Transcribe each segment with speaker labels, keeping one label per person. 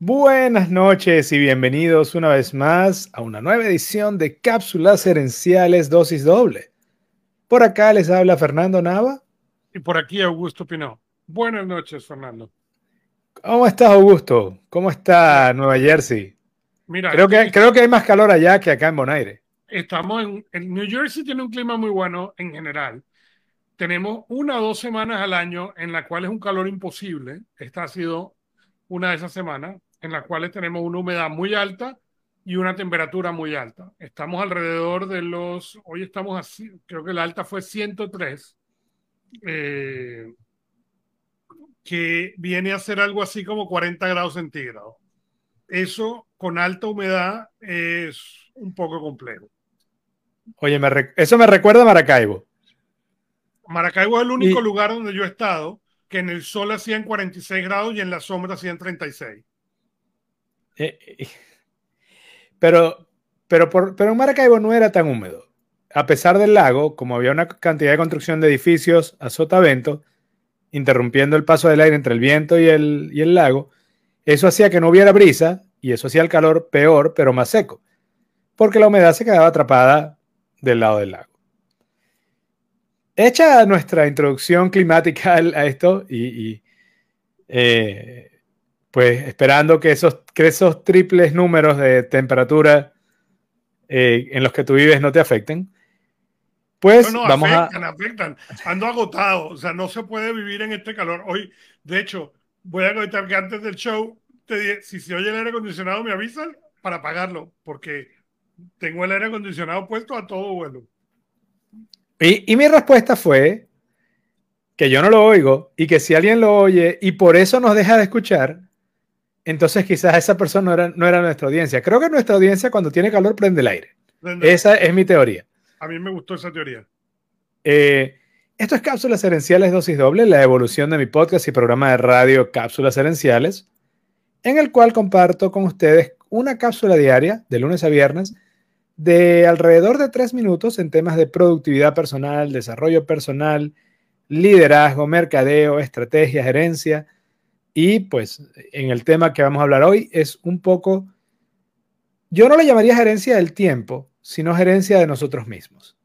Speaker 1: Buenas noches y bienvenidos una vez más a una nueva edición de Cápsulas Herenciales Dosis Doble. Por acá les habla Fernando Nava.
Speaker 2: Y por aquí Augusto Pinó. Buenas noches, Fernando.
Speaker 1: ¿Cómo estás, Augusto? ¿Cómo está
Speaker 2: Bien.
Speaker 1: Nueva Jersey?
Speaker 2: Mira,
Speaker 1: Creo que hay más calor allá que acá en Bonaire.
Speaker 2: estamos en New Jersey, tiene un clima muy bueno en general. Tenemos 1 o 2 semanas al año en la cual es un calor imposible. Esta ha sido una de esas semanas en las cuales tenemos una humedad muy alta y una temperatura muy alta. Estamos alrededor de hoy estamos así, creo que la alta fue 103, eh, que viene a ser algo así como 40 grados centígrados. Eso con alta humedad es un poco complejo.
Speaker 1: Oye, eso me recuerda a Maracaibo.
Speaker 2: Maracaibo es el único
Speaker 1: Y,
Speaker 2: lugar donde yo he estado que en el sol hacían 46 grados y en la sombra hacían 36.
Speaker 1: eh, eh, pero, pero en Maracaibo no era tan húmedo. A pesar del lago, como había una cantidad de construcción de edificios a sotavento, interrumpiendo el paso del aire entre el viento y el lago, eso hacía que no hubiera brisa y eso hacía el calor peor, pero más seco, porque la humedad se quedaba atrapada del lado del lago. Hecha nuestra introducción climática a esto eh, pues esperando que esos triples números de temperatura en los que tú vives no te afecten,
Speaker 2: No,
Speaker 1: pues
Speaker 2: no,
Speaker 1: vamos a...
Speaker 2: afectan. Ando agotado, o sea, no se puede vivir en este calor. Hoy, de hecho, voy a comentar que antes del show, te dije, si se oye el aire acondicionado, me avisan para apagarlo, porque tengo el aire acondicionado puesto a todo vuelo.
Speaker 1: Y mi respuesta fue que yo no lo oigo y que si alguien lo oye y por eso nos deja de escuchar, entonces quizás esa persona no era nuestra audiencia. Creo que nuestra audiencia cuando tiene calor prende el aire.
Speaker 2: Prende el
Speaker 1: Esa
Speaker 2: aire.
Speaker 1: es mi teoría.
Speaker 2: A mí me gustó esa teoría.
Speaker 1: Eh, Esto es Cápsulas Herenciales Dosis Doble, la evolución de mi podcast y programa de radio Cápsulas Herenciales, en el cual comparto con ustedes una cápsula diaria, de lunes a viernes, de alrededor de 3 minutos en temas de productividad personal, desarrollo personal, liderazgo, mercadeo, estrategia, gerencia. Y pues en el tema que vamos a hablar hoy es un poco, yo no le llamaría gerencia del tiempo, sino gerencia de nosotros mismos.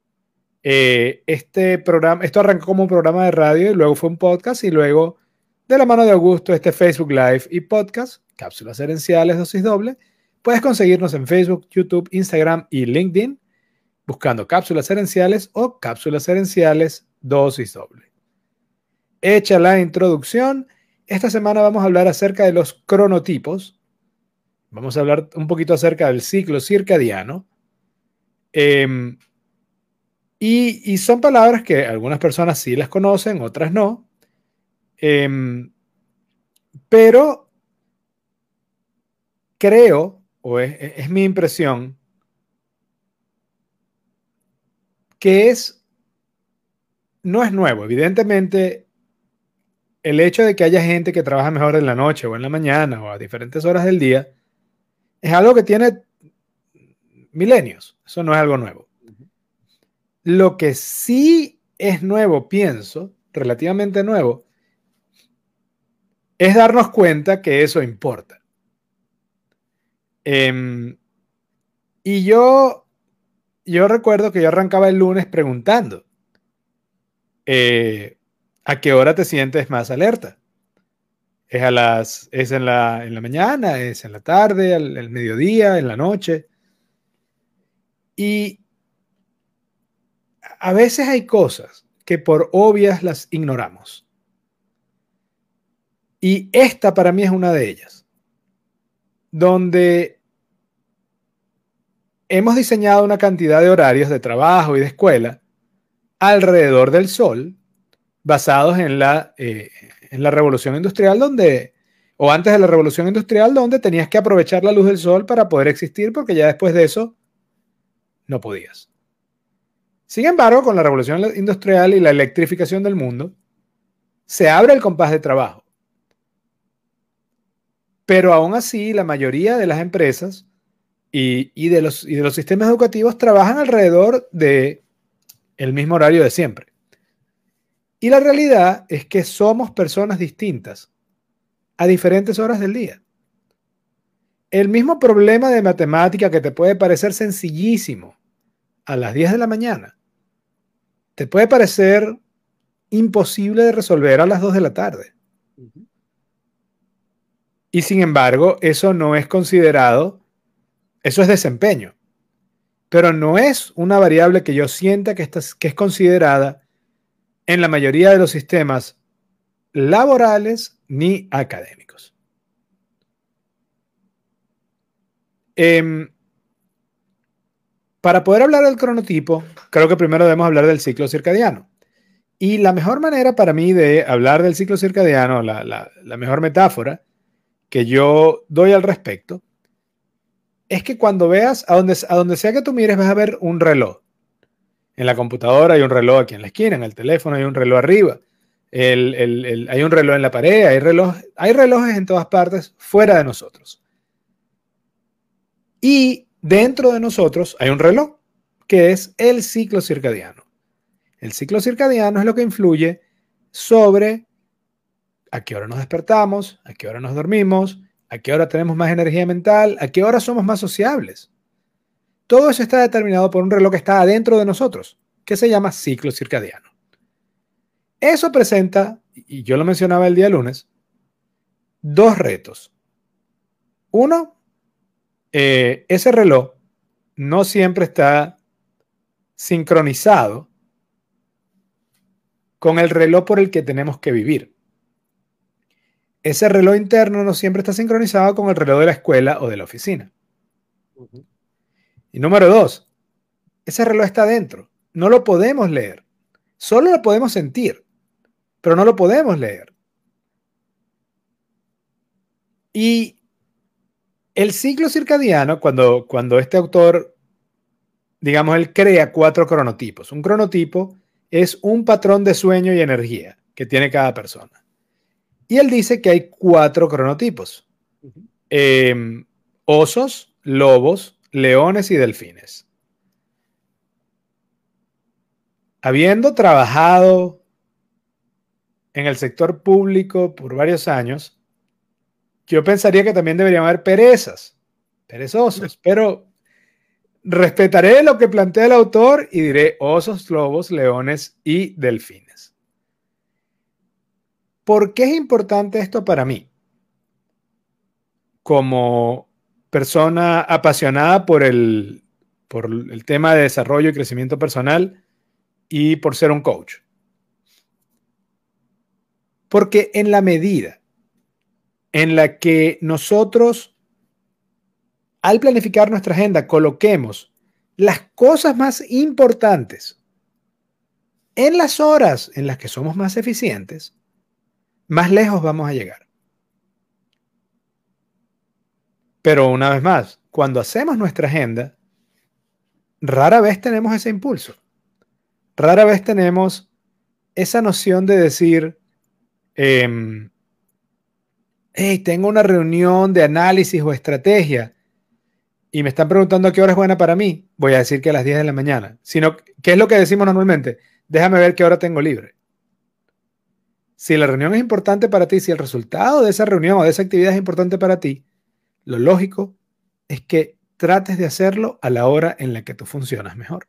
Speaker 1: Esto arrancó como un programa de radio y luego fue un podcast y luego de la mano de Augusto, este Facebook Live y podcast, Cápsulas Herenciales Dosis Doble. Puedes conseguirnos en Facebook, YouTube, Instagram y LinkedIn buscando Cápsulas Herenciales o Cápsulas Herenciales Dosis Doble. Hecha la introducción, esta semana vamos a hablar acerca de los cronotipos. Vamos a hablar un poquito acerca del ciclo circadiano. Eh, y son palabras que algunas personas sí las conocen, otras no. Eh, pero creo, o es mi impresión, que no es nuevo. Evidentemente, el hecho de que haya gente que trabaja mejor en la noche o en la mañana o a diferentes horas del día es algo que tiene milenios. Eso no es algo nuevo. Lo que sí es nuevo, pienso, relativamente nuevo, es darnos cuenta que eso importa. Y yo recuerdo que yo arrancaba el lunes preguntando, ¿a qué hora te sientes más alerta? ¿Es en la mañana? ¿Es en la tarde? ¿Al mediodía? ¿En la noche? Y a veces hay cosas que por obvias las ignoramos. Y esta para mí es una de ellas, donde hemos diseñado una cantidad de horarios de trabajo y de escuela alrededor del sol, basados en la revolución industrial, o antes de la revolución industrial, donde tenías que aprovechar la luz del sol para poder existir, porque ya después de eso no podías. Sin embargo, con la revolución industrial y la electrificación del mundo, se abre el compás de trabajo. Pero aún así, la mayoría de las empresas y de los sistemas educativos trabajan alrededor del mismo horario de siempre. Y la realidad es que somos personas distintas a diferentes horas del día. el mismo problema de matemática que te puede parecer sencillísimo a las 10 de la mañana, te puede parecer imposible de resolver a las 2 de la tarde. Y sin embargo, eso no es considerado, eso es desempeño, pero no es una variable que yo sienta que es considerada en la mayoría de los sistemas laborales ni académicos. Para poder hablar del cronotipo, creo que primero debemos hablar del ciclo circadiano. Y la mejor manera para mí de hablar del ciclo circadiano, la mejor metáfora que yo doy al respecto, es que cuando veas a donde sea que tú mires, vas a ver un reloj. En la computadora hay un reloj aquí en la esquina, en el teléfono hay un reloj arriba, hay un reloj en la pared, hay relojes en todas partes fuera de nosotros. Y dentro de nosotros hay un reloj, que es el ciclo circadiano. El ciclo circadiano es lo que influye sobre a qué hora nos despertamos, a qué hora nos dormimos, a qué hora tenemos más energía mental, a qué hora somos más sociables. Todo eso está determinado por un reloj que está adentro de nosotros, que se llama ciclo circadiano. Eso presenta, y yo lo mencionaba el día lunes, dos retos. Uno, ese reloj no siempre está sincronizado con el reloj por el que tenemos que vivir. Ese reloj interno no siempre está sincronizado con el reloj de la escuela o de la oficina. Y número dos, ese reloj está dentro. No lo podemos leer. Solo lo podemos sentir, pero no lo podemos leer. Y el ciclo circadiano, cuando este autor, digamos, él crea 4 cronotipos. Un cronotipo es un patrón de sueño y energía que tiene cada persona. Y él dice que hay 4 cronotipos. Osos, lobos, leones y delfines. Habiendo trabajado en el sector público por varios años, yo pensaría que también deberían haber perezosos, pero respetaré lo que plantea el autor y diré osos, lobos, leones y delfines. ¿Por qué es importante esto para mí? Como persona apasionada por el tema de desarrollo y crecimiento personal y por ser un coach. Porque en la medida en la que nosotros, al planificar nuestra agenda, coloquemos las cosas más importantes en las horas en las que somos más eficientes, más lejos vamos a llegar. Pero una vez más, cuando hacemos nuestra agenda, rara vez tenemos ese impulso. Rara vez tenemos esa noción de decir, hey, tengo una reunión de análisis o estrategia y me están preguntando a qué hora es buena para mí, voy a decir que a las 10 de la mañana. Sino, ¿qué es lo que decimos normalmente? Déjame ver qué hora tengo libre. Si la reunión es importante para ti, si el resultado de esa reunión o de esa actividad es importante para ti, lo lógico es que trates de hacerlo a la hora en la que tú funcionas mejor.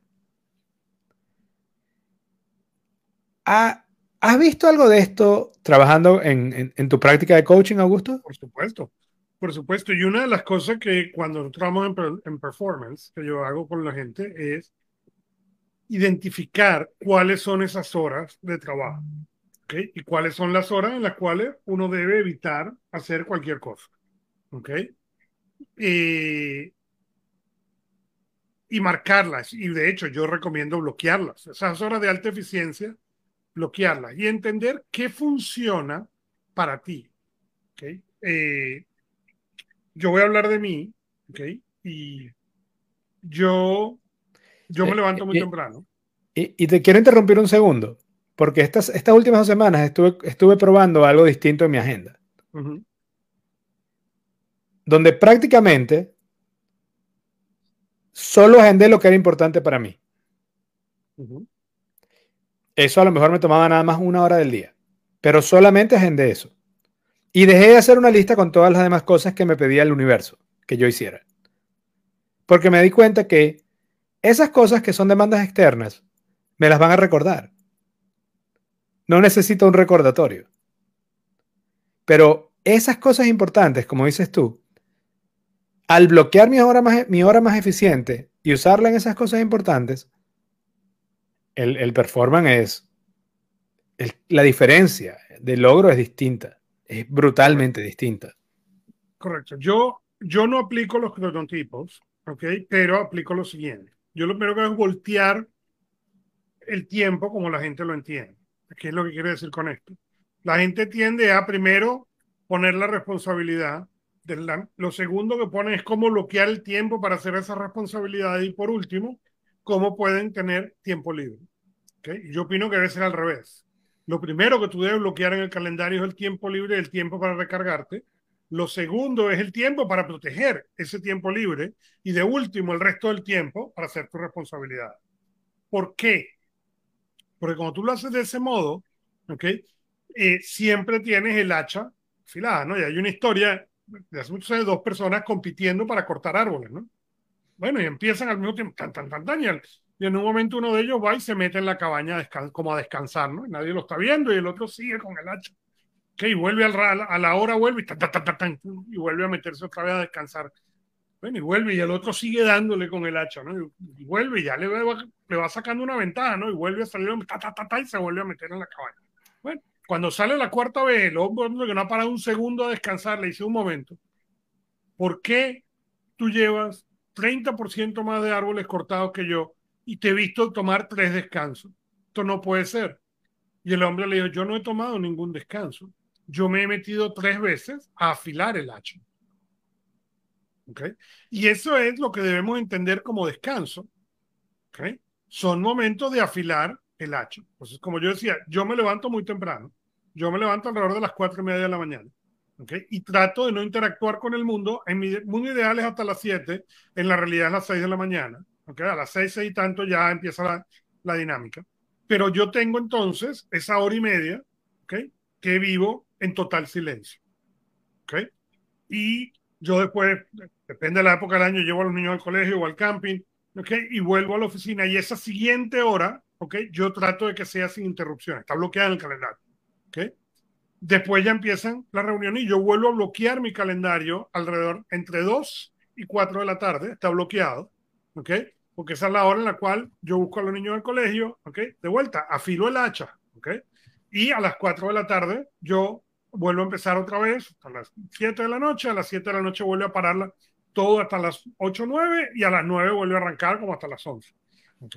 Speaker 1: ¿Has visto algo de esto trabajando en tu práctica de coaching, Augusto?
Speaker 2: Por supuesto, por supuesto. Y una de las cosas que cuando trabajamos en performance, que yo hago con la gente, es identificar cuáles son esas horas de trabajo, ¿okay? Y cuáles son las horas en las cuales uno debe evitar hacer cualquier cosa, ¿ok? Y marcarlas. Y de hecho, yo recomiendo bloquearlas. Esas horas de alta eficiencia, bloquearlas y entender qué funciona para ti, ¿ok? Yo voy a hablar de mí, ¿ok? Y yo me levanto muy temprano.
Speaker 1: Y te quiero interrumpir un segundo, porque estas últimas 2 semanas estuve probando algo distinto en mi agenda, donde prácticamente solo agendé lo que era importante para mí. Eso a lo mejor me tomaba nada más 1 hora del día, pero solamente agendé eso. Y dejé de hacer una lista con todas las demás cosas que me pedía el universo, que yo hiciera. Porque me di cuenta que esas cosas que son demandas externas me las van a recordar. No necesito un recordatorio. Pero esas cosas importantes, como dices tú, al bloquear mi hora más eficiente y usarla en esas cosas importantes, el performance la diferencia de logro es distinta, es brutalmente
Speaker 2: Correcto.
Speaker 1: distinta.
Speaker 2: Correcto. Yo no aplico los cronotipos, ¿ok? Pero aplico lo siguiente. Yo lo primero que hago es voltear el tiempo como la gente lo entiende. ¿Qué es lo que quiere decir con esto? La gente tiende a primero poner la responsabilidad. Lo segundo que ponen es cómo bloquear el tiempo para hacer esa responsabilidad. Y por último, cómo pueden tener tiempo libre. ¿Okay? Yo opino que debe ser al revés. Lo primero que tú debes bloquear en el calendario es el tiempo libre, el tiempo para recargarte. Lo segundo es el tiempo para proteger ese tiempo libre. Y de último, el resto del tiempo para hacer tu responsabilidad. ¿Por qué? Porque cuando tú lo haces de ese modo, ¿ok? Siempre tienes el hacha afilada, ¿no? Y hay una historia de hace muchos años, dos personas compitiendo para cortar árboles, ¿no? Bueno, y empiezan al mismo tiempo, tan, tan, tan, tan, y en un momento uno de ellos va y se mete en la cabaña como a descansar, ¿no? Y nadie lo está viendo y el otro sigue con el hacha. ¿Ok? Y vuelve a la hora, vuelve y, tan, tan, tan, tan, tan, y vuelve a meterse otra vez a descansar. Bueno, y vuelve y el otro sigue dándole con el hacha, ¿no? Y vuelve y ya le va sacando una ventaja, ¿no? Y vuelve a salir, ta, ta, ta, ta, y se vuelve a meter en la cabaña. Bueno, cuando sale la cuarta vez, el hombre que no ha parado un segundo a descansar, le dice un momento, ¿por qué tú llevas 30% más de árboles cortados que yo y te he visto tomar 3 descansos? Esto no puede ser. Y el hombre le dijo, yo no he tomado ningún descanso. Yo me he metido 3 veces a afilar el hacha. ¿Okay? Y eso es lo que debemos entender como descanso. ¿Okay? Son momentos de afilar el hacha. Entonces, como yo decía, yo me levanto muy temprano. Yo me levanto alrededor de las 4:30 de la mañana. ¿Okay? Y trato de no interactuar con el mundo. En mi mundo ideal es hasta las 7. En la realidad es las 6 de la mañana. ¿Okay? A las 6 y tanto ya empieza la dinámica. Pero yo tengo entonces esa hora y media, ¿okay? Que vivo en total silencio. ¿Okay? Y yo después, depende de la época del año, llevo a los niños al colegio o al camping, ¿ok? Y vuelvo a la oficina y esa siguiente hora, ¿ok? Yo trato de que sea sin interrupciones, está bloqueada en el calendario, ¿ok? Después ya empiezan las reuniones y yo vuelvo a bloquear mi calendario alrededor entre 2 y 4 de la tarde, está bloqueado, ¿ok? Porque esa es la hora en la cual yo busco a los niños del colegio, ¿ok? De vuelta, afilo el hacha, ¿ok? Y a las 4 de la tarde yo vuelvo a empezar otra vez a las 7 de la noche, a las 7 de la noche vuelvo a pararla todo hasta las 8 o 9 y a las 9 vuelvo a arrancar como hasta las 11, ¿ok?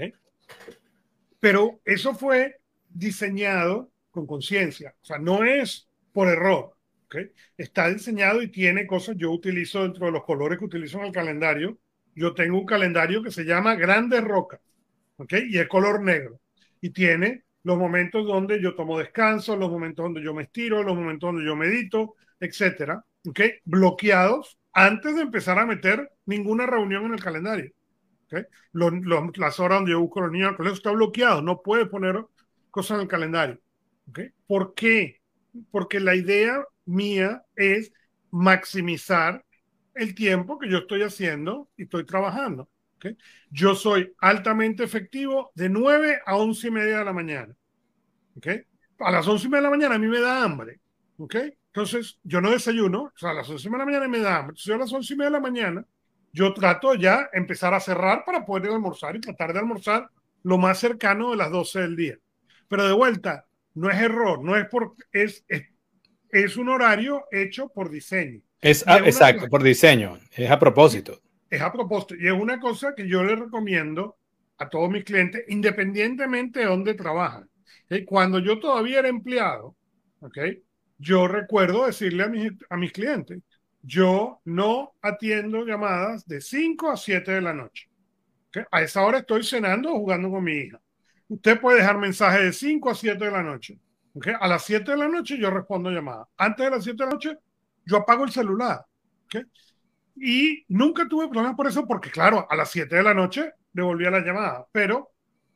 Speaker 2: Pero eso fue diseñado con conciencia, o sea, no es por error, ¿okay? Está diseñado y tiene cosas, yo utilizo dentro de los colores que utilizo en el calendario, yo tengo un calendario que se llama Grandes Rocas, ¿okay? Y es color negro, y tiene los momentos donde yo tomo descanso, los momentos donde yo me estiro, los momentos donde yo medito, etcétera, ¿okay? Bloqueados antes de empezar a meter ninguna reunión en el calendario. ¿Okay? Las horas donde yo busco a los niños al colegio está bloqueado, no puede poner cosas en el calendario. ¿Okay? ¿Por qué? Porque la idea mía es maximizar el tiempo que yo estoy haciendo y estoy trabajando. ¿Okay? Yo soy altamente efectivo de 9 a 11:30 de la mañana. ¿Okay? A las 11:30 de la mañana a mí me da hambre. ¿Okay? Entonces, yo no desayuno, o sea, a las 11:30 de la mañana me da hambre. Entonces, yo a las 11:30 de la mañana, yo trato ya empezar a cerrar para poder almorzar y tratar de almorzar lo más cercano de las 12 del día. Pero de vuelta, no es error, no es por, es un horario hecho por diseño. Y
Speaker 1: Exacto, por diseño, es a propósito.
Speaker 2: es a propósito, y es una cosa que yo le recomiendo a todos mis clientes, independientemente de dónde trabajan. Cuando yo todavía era empleado, ¿okay? Yo recuerdo decirle a mis clientes, yo no atiendo llamadas de 5 a 7 de la noche. ¿Okay? A esa hora estoy cenando o jugando con mi hija. Usted puede dejar mensajes de 5 a 7 de la noche. ¿Okay? A las 7 de la noche yo respondo llamadas. Antes de las 7 de la noche yo apago el celular. ¿Okay? Y nunca tuve problemas por eso, porque claro, a las 7 de la noche devolvía la llamada, pero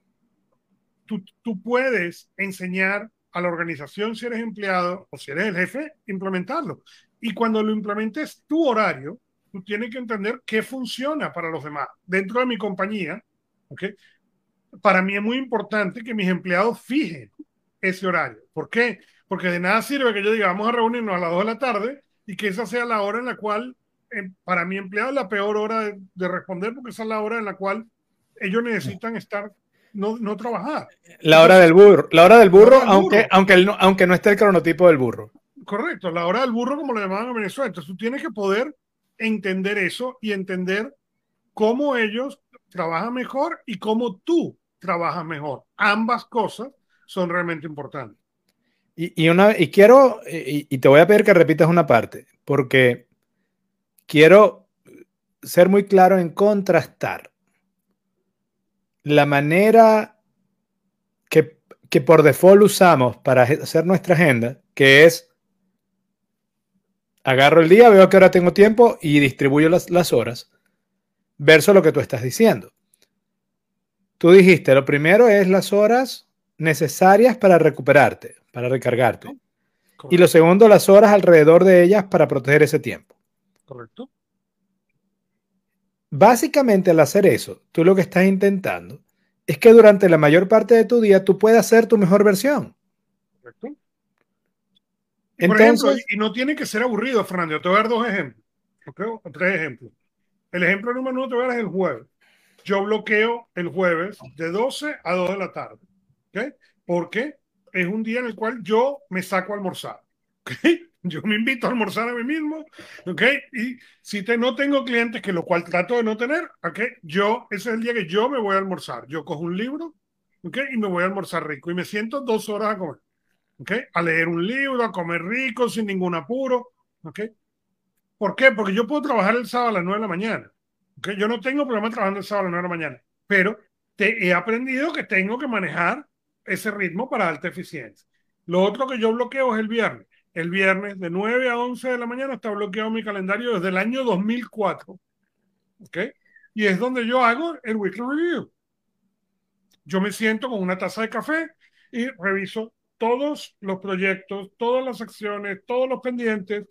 Speaker 2: tú puedes enseñar a la organización, si eres empleado o si eres el jefe, implementarlo. Y cuando lo implementes tu horario, tú tienes que entender qué funciona para los demás. Dentro de mi compañía, ¿okay? Para mí es muy importante que mis empleados fijen ese horario. ¿Por qué? Porque de nada sirve que yo diga, vamos a reunirnos a las 2 de la tarde y que esa sea la hora en la cual, para mi empleado, es la peor hora de responder, porque esa es la hora en la cual ellos necesitan estar, no trabajar.
Speaker 1: La hora del burro. La hora del
Speaker 2: La
Speaker 1: burro,
Speaker 2: hora del burro.
Speaker 1: aunque no esté el cronotipo del burro.
Speaker 2: Correcto, la hora del burro, como lo llamaban en Venezuela. Entonces tú tienes que poder entender eso y entender cómo ellos trabajan mejor y cómo tú trabajas mejor. Ambas cosas son realmente importantes.
Speaker 1: Y quiero, y te voy a pedir que repitas una parte, porque quiero ser muy claro en contrastar la manera que por default usamos para hacer nuestra agenda, que es agarro el día, veo a qué hora tengo tiempo y distribuyo las horas, versus lo que tú estás diciendo. Tú dijiste, lo primero es las horas necesarias para recuperarte, para recargarte.
Speaker 2: ¿No?
Speaker 1: Y lo segundo, las horas alrededor de ellas para proteger ese tiempo.
Speaker 2: Correcto.
Speaker 1: Básicamente, al hacer eso, tú lo que estás intentando es que durante la mayor parte de tu día tú puedas ser tu mejor versión.
Speaker 2: Correcto. Por ejemplo,
Speaker 1: Entonces,
Speaker 2: y no tiene que ser aburrido, Fernando. Yo te voy a dar dos ejemplos. ¿Okay? O tres ejemplos. El ejemplo número uno te voy a dar es el jueves. Yo bloqueo el jueves de 12 a 2 de la tarde. ¿Okay? Porque es un día en el cual yo me saco a almorzar. ¿Okay? Yo me invito a almorzar a mí mismo. ¿Okay? Y si no tengo clientes, que lo cual trato de no tener, ¿okay? Ese es el día que yo me voy a almorzar. Yo cojo un libro, ¿okay? Y me voy a almorzar rico. Y me siento 2 horas a comer. ¿Okay? A leer un libro, a comer rico, sin ningún apuro. ¿Okay? ¿Por qué? Porque yo puedo trabajar el sábado a las 9 de la mañana. ¿Okay? Yo no tengo problema trabajando el sábado a las 9 de la mañana, pero he aprendido que tengo que manejar ese ritmo para alta eficiencia. Lo otro que yo bloqueo es el viernes. El viernes de 9 a 11 de la mañana está bloqueado mi calendario desde el año 2004. ¿Okay? Y es donde yo hago el weekly review. Yo me siento con una taza de café y reviso todos los proyectos, todas las acciones, todos los pendientes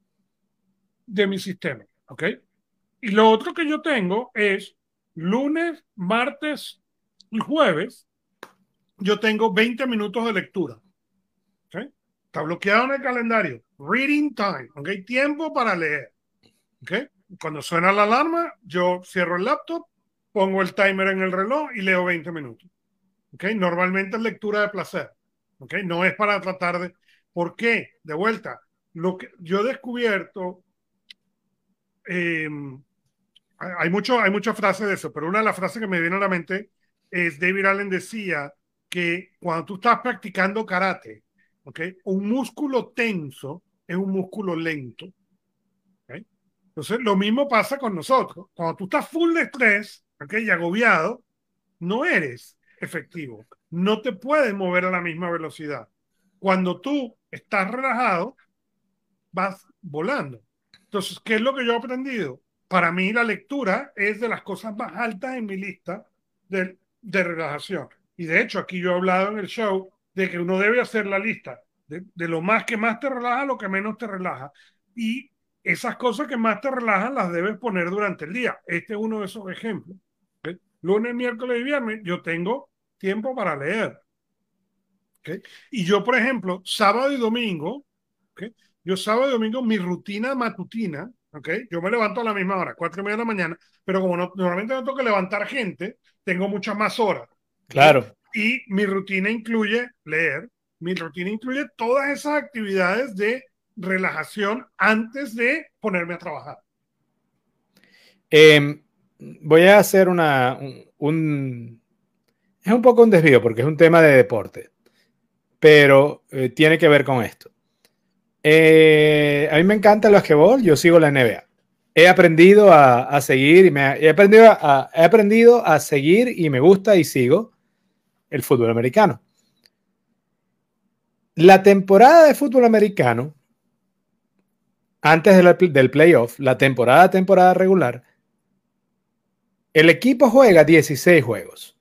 Speaker 2: de mi sistema. ¿Ok? Y lo otro que yo tengo es lunes, martes y jueves, yo tengo 20 minutos de lectura. ¿Okay? Está bloqueado en el calendario. Reading time. ¿Okay? Tiempo para leer. ¿Okay? Cuando suena la alarma, yo cierro el laptop, pongo el timer en el reloj y leo 20 minutos. ¿Okay? Normalmente es lectura de placer. ¿Okay? No es para tratar de... ¿Por qué? De vuelta, lo que yo he descubierto... Eh, hay muchas frases de eso, pero una de las frases que me viene a la mente es David Allen decía que cuando tú estás practicando karate, ¿okay? Un músculo tenso es un músculo lento. ¿Okay? Entonces, lo mismo pasa con nosotros. Cuando tú estás full de estrés, ¿okay? Y agobiado, no eres efectivo. No te puedes mover a la misma velocidad. Cuando tú estás relajado, vas volando. Entonces, ¿qué es lo que yo he aprendido? Para mí la lectura es de las cosas más altas en mi lista de relajación. Y de hecho, aquí yo he hablado en el show de que uno debe hacer la lista de lo más que más te relaja a lo que menos te relaja. Y esas cosas que más te relajan las debes poner durante el día. Este es uno de esos ejemplos. ¿Okay? Lunes, miércoles y viernes yo tengo tiempo para leer. ¿Okay? Y yo, por ejemplo, sábado y domingo, ¿okay? Yo sábado y domingo, mi rutina matutina, ¿okay? Yo me levanto a la misma hora, 4:30 de la mañana, pero como normalmente no tengo que levantar gente, tengo muchas más horas. ¿Okay?
Speaker 1: claro.
Speaker 2: Y mi rutina incluye leer, mi rutina incluye todas esas actividades de relajación antes de ponerme a trabajar.
Speaker 1: Voy a hacer es un poco un desvío porque es un tema de deporte, pero tiene que ver con esto. A mí me encanta el basquetbol, yo sigo la NBA. He aprendido a seguir he aprendido a seguir y me gusta y sigo el fútbol americano. La temporada de fútbol americano, antes del playoff, la temporada regular, el equipo juega 16 juegos.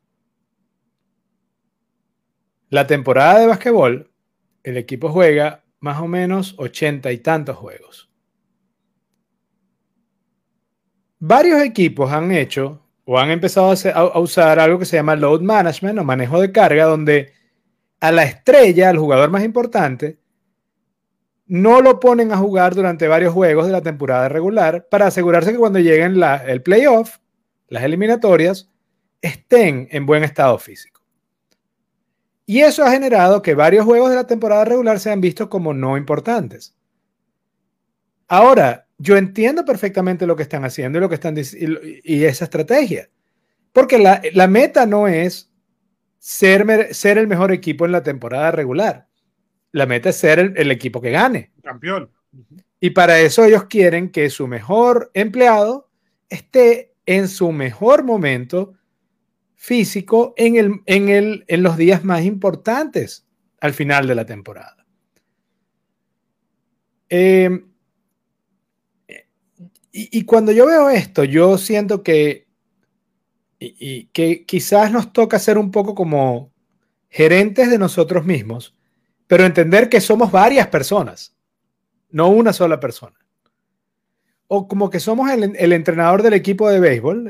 Speaker 1: La temporada de basquetbol, el equipo juega más o menos 80 y tantos juegos. varios equipos han hecho o han empezado a usar algo que se llama load management o manejo de carga, donde a la estrella, al jugador más importante, no lo ponen a jugar durante varios juegos de la temporada regular para asegurarse que cuando lleguen el playoff, las eliminatorias, estén en buen estado físico. Y eso ha generado que varios juegos de la temporada regular sean vistos como no importantes. Ahora, yo entiendo perfectamente lo que están haciendo y lo que están y esa estrategia. Porque la meta no es ser el mejor equipo en la temporada regular. La meta es ser el equipo que gane.
Speaker 2: Campeón.
Speaker 1: Y para eso ellos quieren que su mejor empleado esté en su mejor momento físico en los días más importantes al final de la temporada. Y cuando yo veo esto, yo siento que quizás nos toca ser un poco como gerentes de nosotros mismos, pero entender que somos varias personas, no una sola persona. O como que somos el entrenador del equipo de béisbol,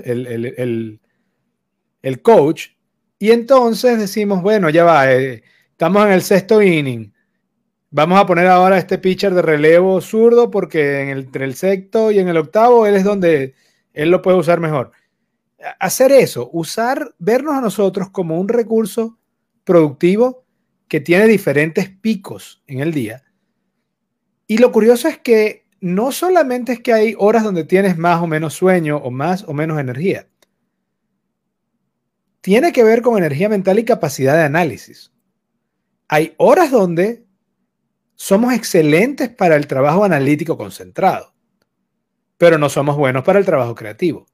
Speaker 1: el coach, y entonces decimos, bueno, ya va, estamos en el sexto inning, vamos a poner ahora a este pitcher de relevo zurdo porque entre el sexto y en el octavo él es donde él lo puede usar mejor. Hacer eso, vernos a nosotros como un recurso productivo que tiene diferentes picos en el día. Y lo curioso es que no solamente es que hay horas donde tienes más o menos sueño o más o menos energía. Tiene que ver con energía mental y capacidad de análisis. Hay horas donde somos excelentes para el trabajo analítico concentrado, pero no somos buenos para el trabajo creativo.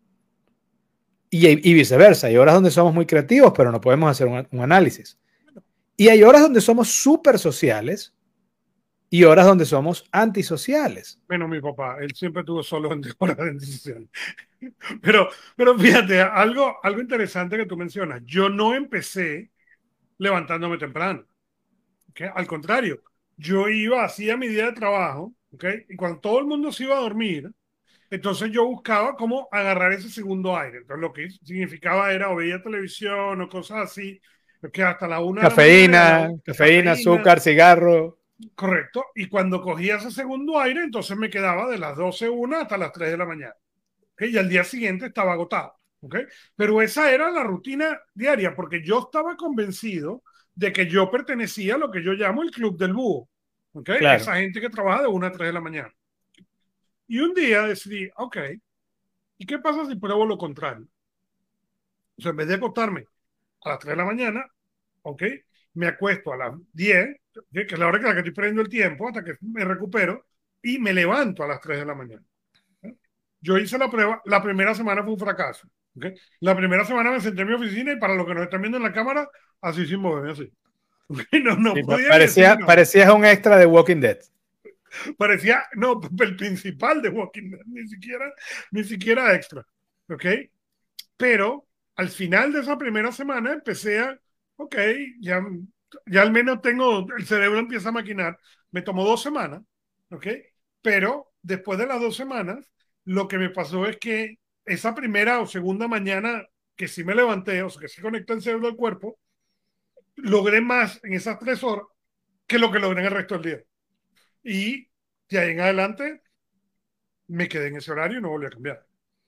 Speaker 1: Y viceversa, hay horas donde somos muy creativos, pero no podemos hacer un análisis. Y hay horas donde somos súper sociales y horas donde somos antisociales.
Speaker 2: Menos mi papá, él siempre tuvo solo horas de decisión. Pero fíjate, algo interesante que tú mencionas. Yo no empecé levantándome temprano. ¿Okay? Al contrario, yo hacía mi día de trabajo, ¿okay? Y cuando todo el mundo se iba a dormir, entonces yo buscaba cómo agarrar ese segundo aire. Entonces lo que significaba era o veía televisión o cosas así, que hasta la 1 de la mañana.
Speaker 1: Cafeína, azúcar, cigarro.
Speaker 2: Correcto. Y cuando cogía ese segundo aire, entonces me quedaba de las 12:01 hasta las 3 de la mañana. ¿Okay? Y al día siguiente estaba agotado. ¿Okay? Pero esa era la rutina diaria, porque yo estaba convencido de que yo pertenecía a lo que yo llamo el club del búho. ¿Okay?
Speaker 1: Claro.
Speaker 2: Esa gente que trabaja de 1 a 3 de la mañana. Y un día decidí, ok, ¿y qué pasa si pruebo lo contrario? O sea, en vez de acostarme a las 3 de la mañana, ok, me acuesto a las 10, que es la hora que estoy perdiendo el tiempo hasta que me recupero, y me levanto a las 3 de la mañana. Yo hice la prueba, la primera semana fue un fracaso. ¿Okay? La primera semana me senté en mi oficina y para los que nos están viendo en la cámara, así sin moverme, así. ¿Okay? No
Speaker 1: Sí,
Speaker 2: podía
Speaker 1: parecías un extra de Walking Dead.
Speaker 2: Parecía, no, el principal de Walking Dead, ni siquiera extra. ¿Ok? Pero al final de esa primera semana empecé ok, ya al menos el cerebro empieza a maquinar. Me tomó 2 semanas, ¿ok? Pero después de las 2 semanas, lo que me pasó es que esa primera o segunda mañana que sí me levanté, o sea, que sí conecté el cerebro al cuerpo, logré más en esas 3 horas que lo que logré en el resto del día. Y de ahí en adelante me quedé en ese horario y no volví a cambiar.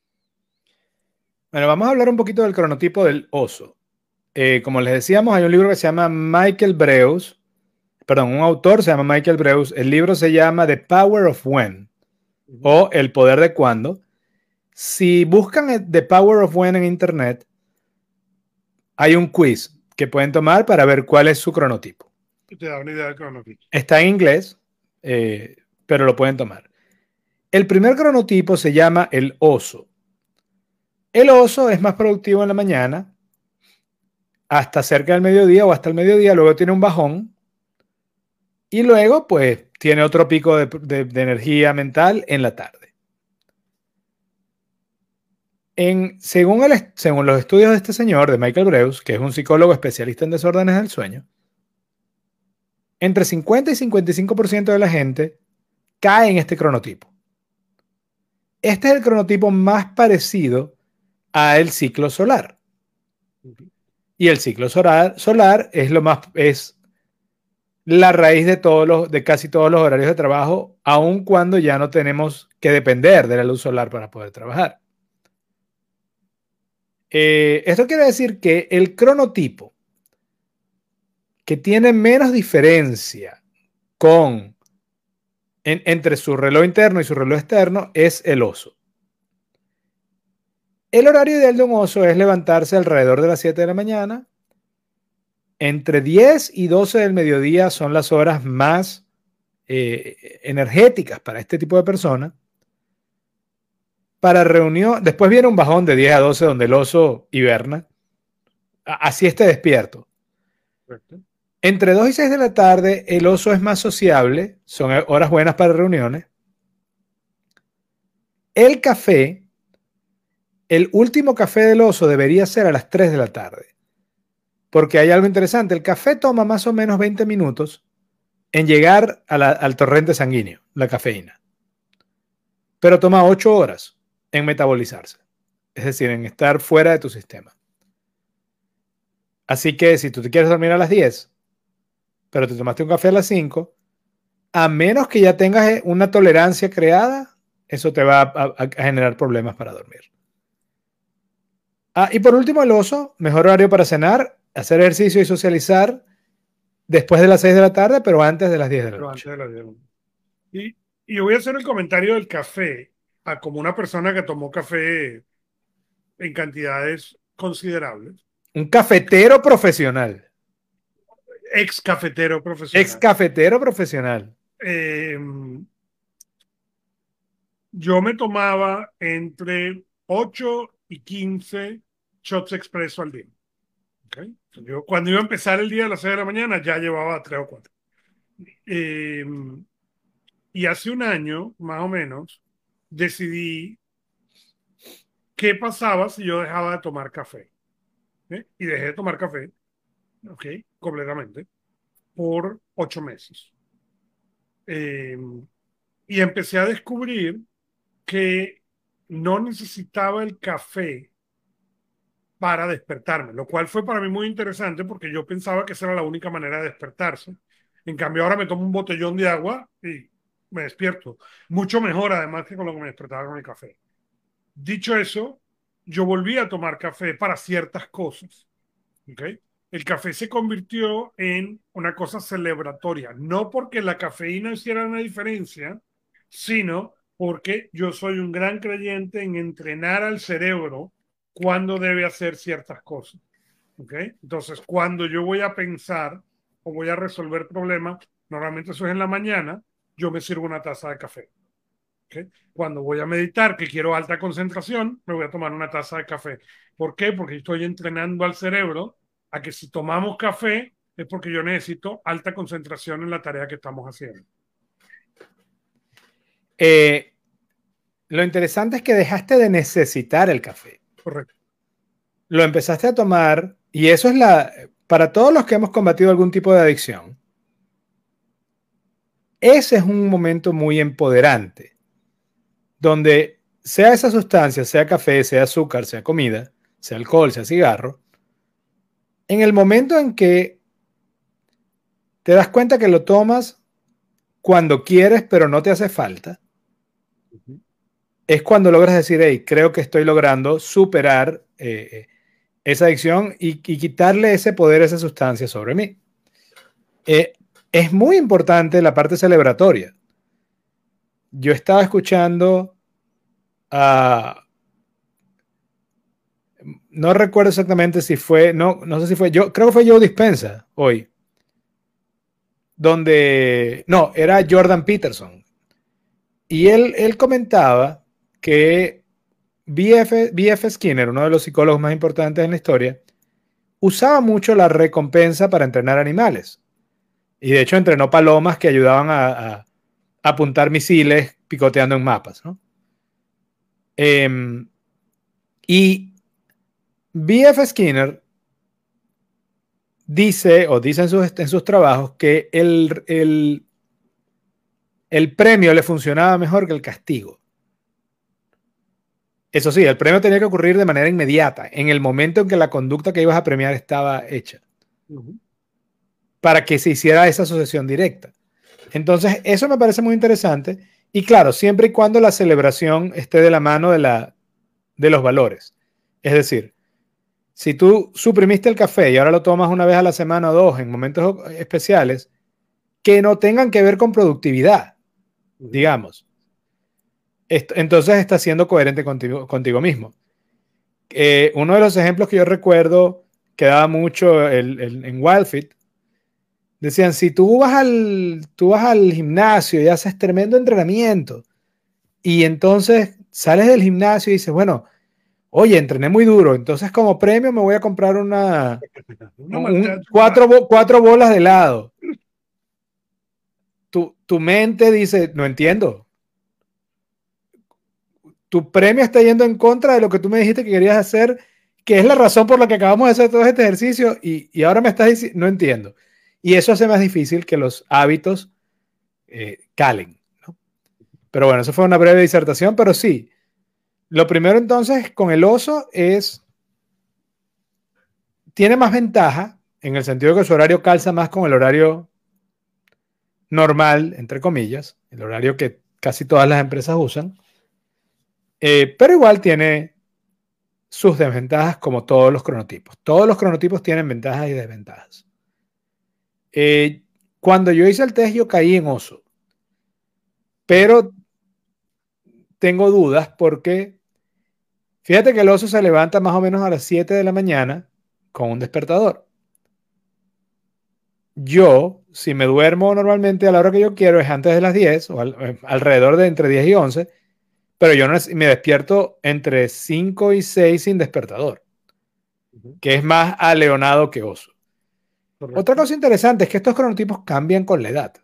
Speaker 1: Bueno, vamos a hablar un poquito del cronotipo del oso. Como les decíamos, hay un libro que se llama Michael Breus, perdón, un autor se llama Michael Breus. El libro se llama The Power of When o El Poder de Cuándo. Si buscan The Power of When en internet, hay un quiz que pueden tomar para ver cuál es su cronotipo.
Speaker 2: Te da una idea del cronotipo.
Speaker 1: Está en inglés, pero lo pueden tomar. El primer cronotipo se llama el oso. El oso es más productivo en la mañana, hasta cerca del mediodía o hasta el mediodía, luego tiene un bajón y luego pues tiene otro pico de energía mental en la tarde. Según los estudios de este señor, de Michael Breus, que es un psicólogo especialista en desórdenes del sueño, entre 50 y 55% de la gente cae en este cronotipo. Este es el cronotipo más parecido al ciclo solar. Y el ciclo solar es la raíz de casi todos los horarios de trabajo, aun cuando ya no tenemos que depender de la luz solar para poder trabajar. Esto quiere decir que el cronotipo que tiene menos diferencia entre su reloj interno y su reloj externo es el oso. El horario ideal de un oso es levantarse alrededor de las 7 de la mañana. Entre 10 y 12 del mediodía son las horas más energéticas para este tipo de personas. Para reunión, después viene un bajón de 10 a 12 donde el oso hiberna. Así esté despierto.
Speaker 2: Correcto.
Speaker 1: Entre 2 y 6 de la tarde el oso es más sociable, son horas buenas para reuniones. El café, el último café del oso debería ser a las 3 de la tarde. Porque hay algo interesante, el café toma más o menos 20 minutos en llegar al torrente sanguíneo, la cafeína. Pero toma 8 horas en metabolizarse, es decir, en estar fuera de tu sistema. Así que si tú te quieres dormir a las 10, pero te tomaste un café a las 5, a menos que ya tengas una tolerancia creada, eso te va a generar problemas para dormir. Y por último, el oso, mejor horario para cenar, hacer ejercicio y socializar después de las 6 de la tarde, pero antes de las 10 de la noche.
Speaker 2: Y yo voy a hacer el comentario del café como una persona que tomó café en cantidades considerables.
Speaker 1: Un cafetero profesional.
Speaker 2: Ex cafetero profesional.
Speaker 1: Ex cafetero profesional.
Speaker 2: Yo me tomaba entre 8 y 15 shots expreso al día. ¿Okay? Yo, cuando iba a empezar el día a las 6 de la mañana, ya llevaba 3 o 4. Y hace un año, más o menos, decidí qué pasaba si yo dejaba de tomar café. Y dejé de tomar café, completamente, por 8 meses. Y empecé a descubrir que no necesitaba el café para despertarme, lo cual fue para mí muy interesante porque yo pensaba que esa era la única manera de despertarse. En cambio, ahora me tomo un botellón de agua y me despierto. Mucho mejor, además, que con lo que me despertaba con el café. Dicho eso, yo volví a tomar café para ciertas cosas. ¿Okay? El café se convirtió en una cosa celebratoria, no porque la cafeína hiciera una diferencia, sino porque yo soy un gran creyente en entrenar al cerebro cuando debe hacer ciertas cosas. ¿Okay? Entonces, cuando yo voy a pensar o voy a resolver problemas, normalmente eso es en la mañana, yo me sirvo una taza de café. ¿Okay? Cuando voy a meditar, que quiero alta concentración, me voy a tomar una taza de café. ¿Por qué? Porque estoy entrenando al cerebro a que si tomamos café es porque yo necesito alta concentración en la tarea que estamos haciendo.
Speaker 1: Lo interesante es que dejaste de necesitar el café.
Speaker 2: Correcto.
Speaker 1: Lo empezaste a tomar y eso es para todos los que hemos combatido algún tipo de adicción, ese es un momento muy empoderante, donde sea esa sustancia, sea café, sea azúcar, sea comida, sea alcohol, sea cigarro, en el momento en que te das cuenta que lo tomas cuando quieres, pero no te hace falta, es cuando logras decir, hey, creo que estoy logrando superar esa adicción y quitarle ese poder a esa sustancia sobre mí. Es muy importante la parte celebratoria. Yo estaba escuchando no recuerdo exactamente si fue, no sé si fue yo, creo que fue Joe Dispenza hoy, no, era Jordan Peterson. Y él comentaba que B.F. Skinner, uno de los psicólogos más importantes en la historia, usaba mucho la recompensa para entrenar animales. Y de hecho entrenó palomas que ayudaban a apuntar misiles picoteando en mapas, ¿no? Y B.F. Skinner dice en sus trabajos que el premio le funcionaba mejor que el castigo. Eso sí, el premio tenía que ocurrir de manera inmediata, en el momento en que la conducta que ibas a premiar estaba hecha, para que se hiciera esa asociación directa. Entonces, eso me parece muy interesante. Y claro, siempre y cuando la celebración esté de la mano de los valores. Es decir, si tú suprimiste el café y ahora lo tomas una vez a la semana o dos en momentos especiales, que no tengan que ver con productividad, digamos. Entonces estás siendo coherente contigo mismo. Uno de los ejemplos que yo recuerdo que daba mucho en Wildfit, decían, si tú vas al gimnasio y haces tremendo entrenamiento y entonces sales del gimnasio y dices, bueno, oye, entrené muy duro, entonces como premio me voy a comprar cuatro bolas de helado. Tu mente dice, no entiendo. Tu premio está yendo en contra de lo que tú me dijiste que querías hacer, que es la razón por la que acabamos de hacer todo este ejercicio y ahora me estás diciendo, no entiendo. Y eso hace más difícil que los hábitos calen, ¿no? Pero bueno, eso fue una breve disertación, pero sí. Lo primero entonces con el oso tiene más ventaja en el sentido de que su horario calza más con el horario normal, entre comillas, el horario que casi todas las empresas usan, pero igual tiene sus desventajas como todos los cronotipos. Todos los cronotipos tienen ventajas y desventajas. Cuando yo hice el test yo caí en oso, pero tengo dudas porque fíjate que el oso se levanta más o menos a las 7 de la mañana con un despertador. Yo, si me duermo normalmente a la hora que yo quiero, es antes de las 10 o alrededor de entre 10 y 11, pero yo me despierto entre 5 y 6 sin despertador, que es más aleonado que oso. Correcto. Otra cosa interesante es que estos cronotipos cambian con la edad,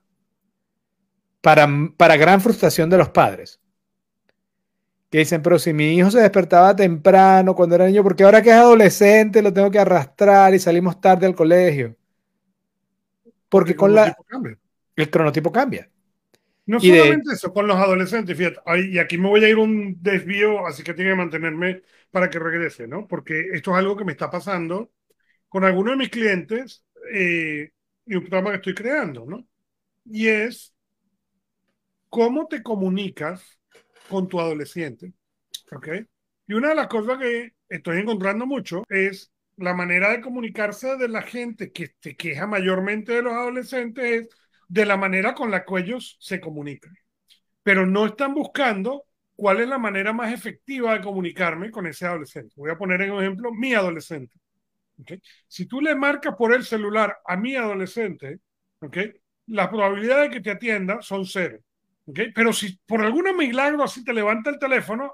Speaker 1: para gran frustración de los padres, que dicen, pero si mi hijo se despertaba temprano cuando era niño, porque ahora que es adolescente lo tengo que arrastrar y salimos tarde al colegio. Porque el cronotipo cambia.
Speaker 2: No solamente eso, con los adolescentes, fíjate, y aquí me voy a ir un desvío, así que tiene que mantenerme para que regrese, ¿no? Porque esto es algo que me está pasando con algunos de mis clientes y un programa que estoy creando, ¿no? Y es cómo te comunicas con tu adolescente, ¿ok? Y una de las cosas que estoy encontrando mucho es la manera de comunicarse de la gente que se queja mayormente de los adolescentes es de la manera con la que ellos se comunican. Pero no están buscando cuál es la manera más efectiva de comunicarme con ese adolescente. Voy a poner en ejemplo mi adolescente. ¿Okay? Si tú le marcas por el celular a mi adolescente, ¿okay? La probabilidad de que te atienda son cero. ¿Okay? Pero si por algún milagro así te levanta el teléfono,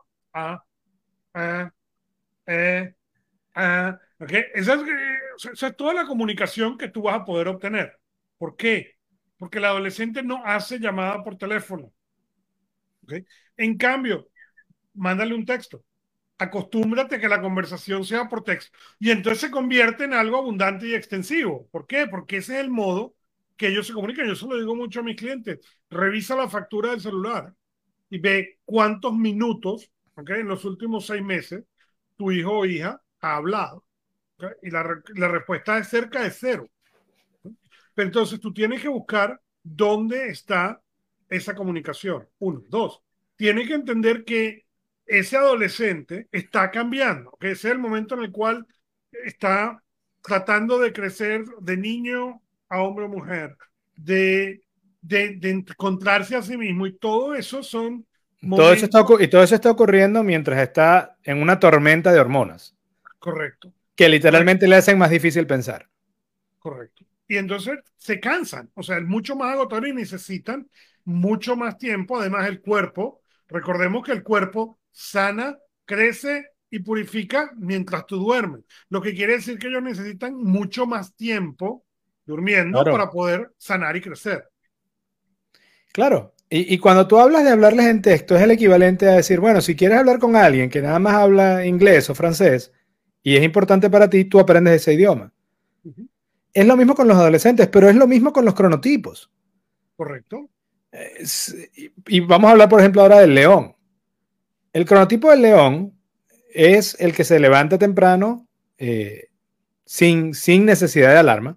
Speaker 2: ¿okay? Esa es toda la comunicación que tú vas a poder obtener. ¿Por qué? Porque el adolescente no hace llamada por teléfono. ¿Okay? En cambio, mándale un texto. Acostúmbrate a que la conversación sea por texto. Y entonces se convierte en algo abundante y extensivo. ¿Por qué? Porque ese es el modo que ellos se comunican. Yo se lo digo mucho a mis clientes. Revisa la factura del celular y ve cuántos minutos, ¿okay? En los últimos 6 meses tu hijo o hija ha hablado. ¿Okay? Y la respuesta es cerca de cero. ¿Okay? Pero entonces tú tienes que buscar dónde está esa comunicación. Uno. Dos, tienes que entender que ese adolescente está cambiando, que ese es el momento en el cual está tratando de crecer de niño a hombre o mujer, de encontrarse a sí mismo, y todo eso son momentos...
Speaker 1: todo eso está ocurriendo mientras está en una tormenta de hormonas.
Speaker 2: Correcto.
Speaker 1: Que literalmente le hacen más difícil pensar.
Speaker 2: Correcto. Y entonces se cansan, o sea, es mucho más agotador y necesitan mucho más tiempo. Además, el cuerpo, recordemos que el cuerpo sana, crece y purifica mientras tú duermes. Lo que quiere decir que ellos necesitan mucho más tiempo durmiendo para poder sanar y crecer.
Speaker 1: Claro. Y cuando tú hablas de hablarles en texto, es el equivalente a decir, bueno, si quieres hablar con alguien que nada más habla inglés o francés y es importante para ti, tú aprendes ese idioma. Es lo mismo con los adolescentes, pero es lo mismo con los cronotipos.
Speaker 2: Correcto.
Speaker 1: Y vamos a hablar, por ejemplo, ahora del león. El cronotipo del león es el que se levanta temprano sin necesidad de alarma.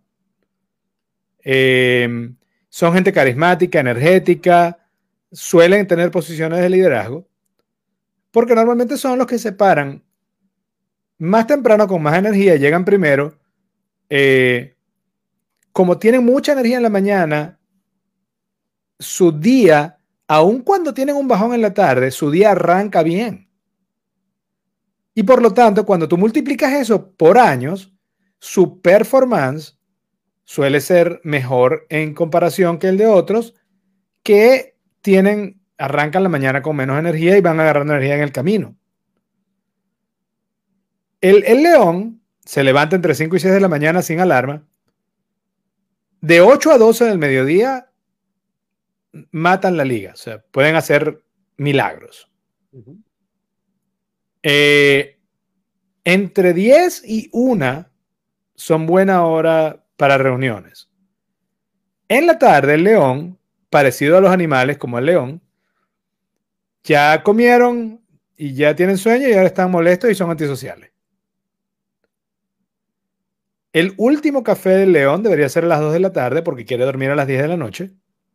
Speaker 1: Son gente carismática, energética, suelen tener posiciones de liderazgo, porque normalmente son los que se paran más temprano con más energía, llegan primero. Como tienen mucha energía en la mañana, su día, aun cuando tienen un bajón en la tarde, su día arranca bien. Y por lo tanto, cuando tú multiplicas eso por años, su performance suele ser mejor en comparación que el de otros que arrancan la mañana con menos energía y van agarrando energía en el camino. El león se levanta entre 5 y 6 de la mañana sin alarma. De 8 a 12 del mediodía matan la liga. O sea, pueden hacer milagros. Entre 10 y 1 son buena hora para reuniones. En la tarde, el león, parecido a los animales como el león, ya comieron y ya tienen sueño y ahora están molestos y son antisociales. El último café del león debería ser a las 2 de la tarde porque quiere dormir a las 10 de la noche.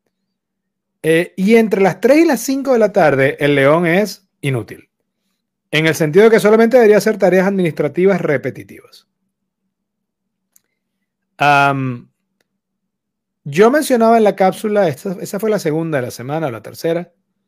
Speaker 1: Y entre las 3 y las 5 de la tarde, el león es inútil. En el sentido de que solamente debería hacer tareas administrativas repetitivas. Yo mencionaba en la cápsula, esa fue la segunda de la semana o la tercera,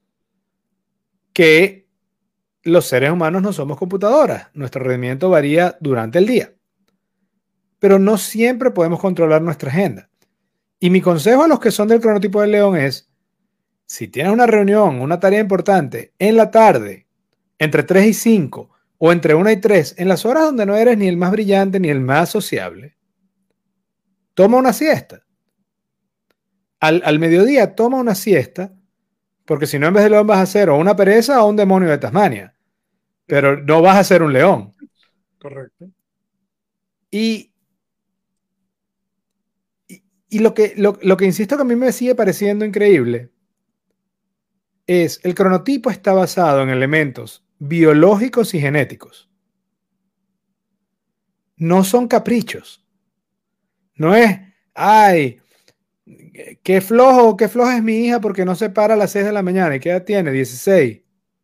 Speaker 1: que los seres humanos no somos computadoras. Nuestro rendimiento varía durante el día. Pero no siempre podemos controlar nuestra agenda. Y mi consejo a los que son del cronotipo del león es, si tienes una reunión, una tarea importante en la tarde, entre 3 y 5 o entre 1 y 3, en las horas donde no eres ni el más brillante ni el más sociable, toma una siesta. Al mediodía toma una siesta, porque si no, en vez de león vas a ser o una pereza o un demonio de Tasmania, pero no vas a ser un león.
Speaker 2: Correcto.
Speaker 1: Y lo que insisto que a mí me sigue pareciendo increíble es el cronotipo está basado en elementos biológicos y genéticos. No son caprichos. No es, ay, qué floja es mi hija porque no se para a las 6 de la mañana. ¿Y qué edad tiene? 16.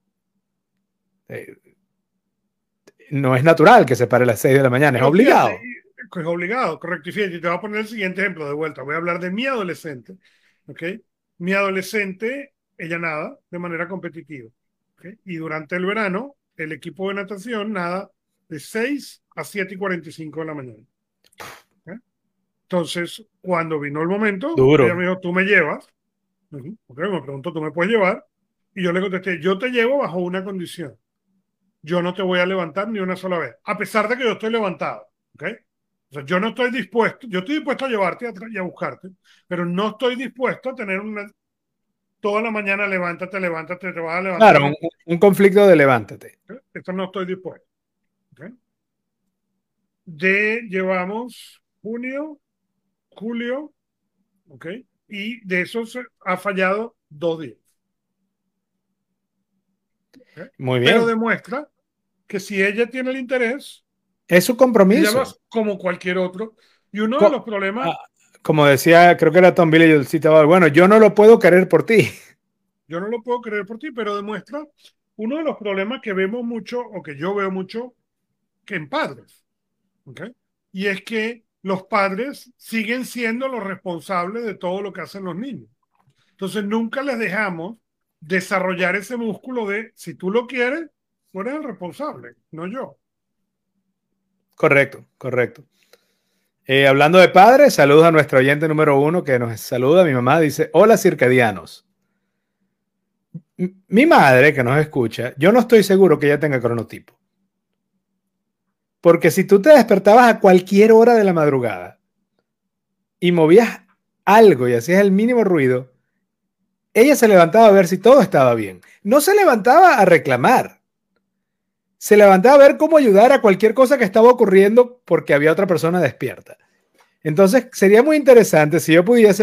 Speaker 1: No es natural que se pare a las 6 de la mañana, es obligado.
Speaker 2: Es obligado, correcto. Y fíjate, te voy a poner el siguiente ejemplo de vuelta. Voy a hablar de mi adolescente. ¿Ok? Mi adolescente, ella nada de manera competitiva. ¿Okay? Y durante el verano, el equipo de natación nada de 6 a 7 y 45 de la mañana. ¿Okay? Entonces, cuando vino el momento,
Speaker 1: duro,
Speaker 2: ella me dijo, tú me llevas. Okay, me preguntó, ¿tú me puedes llevar? Y yo le contesté, yo te llevo bajo una condición. Yo no te voy a levantar ni una sola vez, a pesar de que yo estoy levantado. ¿Okay? O sea, yo no estoy dispuesto, yo estoy dispuesto a llevarte y a buscarte, pero no estoy dispuesto a tener toda la mañana levántate, te vas a levantar.
Speaker 1: Claro, un conflicto de levántate.
Speaker 2: ¿Okay? Esto no estoy dispuesto. ¿Okay? Llevamos junio, julio, ¿ok? Y de eso ha fallado 2 días. ¿Okay?
Speaker 1: Muy bien.
Speaker 2: Pero demuestra que si ella tiene el interés,
Speaker 1: es su compromiso.
Speaker 2: Ella como cualquier otro. Y uno de los problemas...
Speaker 1: como decía, creo que era Tom Billy, yo citaba, bueno, yo no lo puedo querer por ti.
Speaker 2: Yo no lo puedo querer por ti, pero demuestra uno de los problemas que vemos mucho, o que yo veo mucho, que en padres. ¿Okay? Y es que los padres siguen siendo los responsables de todo lo que hacen los niños. Entonces nunca les dejamos desarrollar ese músculo de, si tú lo quieres, tú eres el responsable, no yo.
Speaker 1: Correcto. Hablando de padres, saludos a nuestro oyente número 1 que nos saluda. Mi mamá dice, hola circadianos. Mi madre que nos escucha, yo no estoy seguro que ella tenga cronotipo. Porque si tú te despertabas a cualquier hora de la madrugada y movías algo y hacías el mínimo ruido, ella se levantaba a ver si todo estaba bien. No se levantaba a reclamar. Se levantaba a ver cómo ayudar a cualquier cosa que estaba ocurriendo porque había otra persona despierta. Entonces, sería muy interesante, si yo pudiese,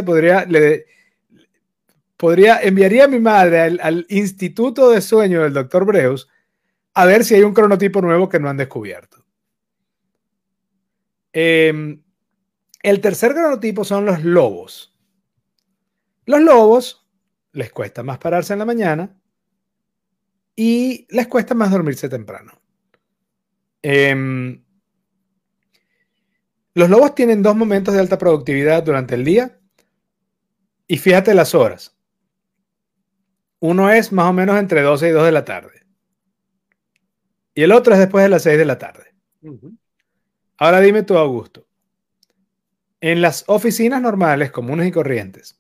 Speaker 1: enviaría a mi madre al Instituto de Sueño del Dr. Breus a ver si hay un cronotipo nuevo que no han descubierto. El tercer cronotipo son los lobos. Los lobos les cuesta más pararse en la mañana y les cuesta más dormirse temprano. Los lobos tienen 2 momentos de alta productividad durante el día y fíjate las horas. Uno es más o menos entre 12 y 2 de la tarde y el otro es después de las 6 de la tarde. Ahora dime tú, Augusto, en las oficinas normales, comunes y corrientes,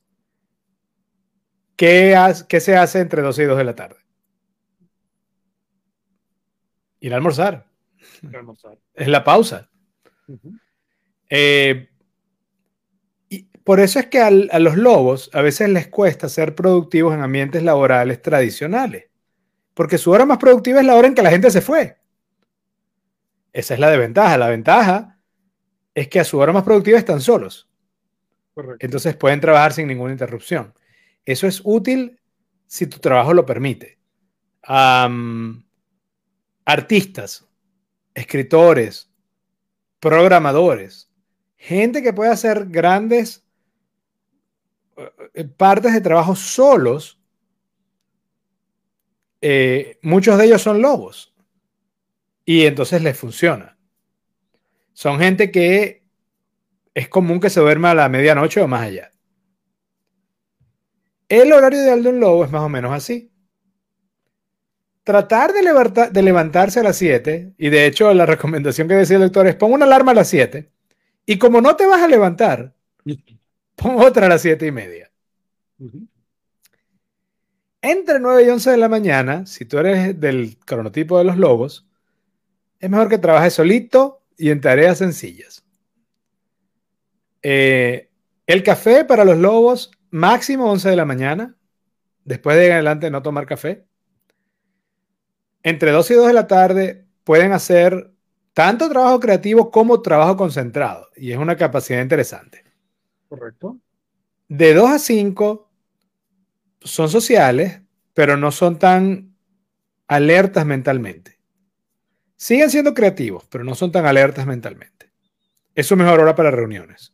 Speaker 1: ¿qué se hace entre 12 y 2 de la tarde? Ir a almorzar. Es la pausa. Y por eso es que a los lobos a veces les cuesta ser productivos en ambientes laborales tradicionales, porque su hora más productiva es la hora en que la gente se fue. Esa es la desventaja. La ventaja es que a su hora más productiva están solos.
Speaker 2: Correcto.
Speaker 1: Entonces pueden trabajar sin ninguna interrupción. Eso es útil si tu trabajo lo permite. Artistas, escritores, programadores, gente que puede hacer grandes partes de trabajo solos, muchos de ellos son lobos y entonces les funciona. Son gente que es común que se duerma a la medianoche o más allá. El horario ideal de un lobo es más o menos así. Tratar de levantarse a las 7, y de hecho la recomendación que decía el doctor es pon una alarma a las 7, y como no te vas a levantar, pon otra a las 7:30. Entre 9 y 11 de la mañana, si tú eres del cronotipo de los lobos, es mejor que trabajes solito y en tareas sencillas. El café para los lobos, máximo 11 de la mañana. Después de ahí en adelante no tomar café. Entre 2 y 2 de la tarde pueden hacer tanto trabajo creativo como trabajo concentrado. Y es una capacidad interesante.
Speaker 2: Correcto.
Speaker 1: De 2 a 5 son sociales, pero no son tan alertas mentalmente. Siguen siendo creativos, pero no son tan alertas mentalmente. Es su mejor hora para reuniones.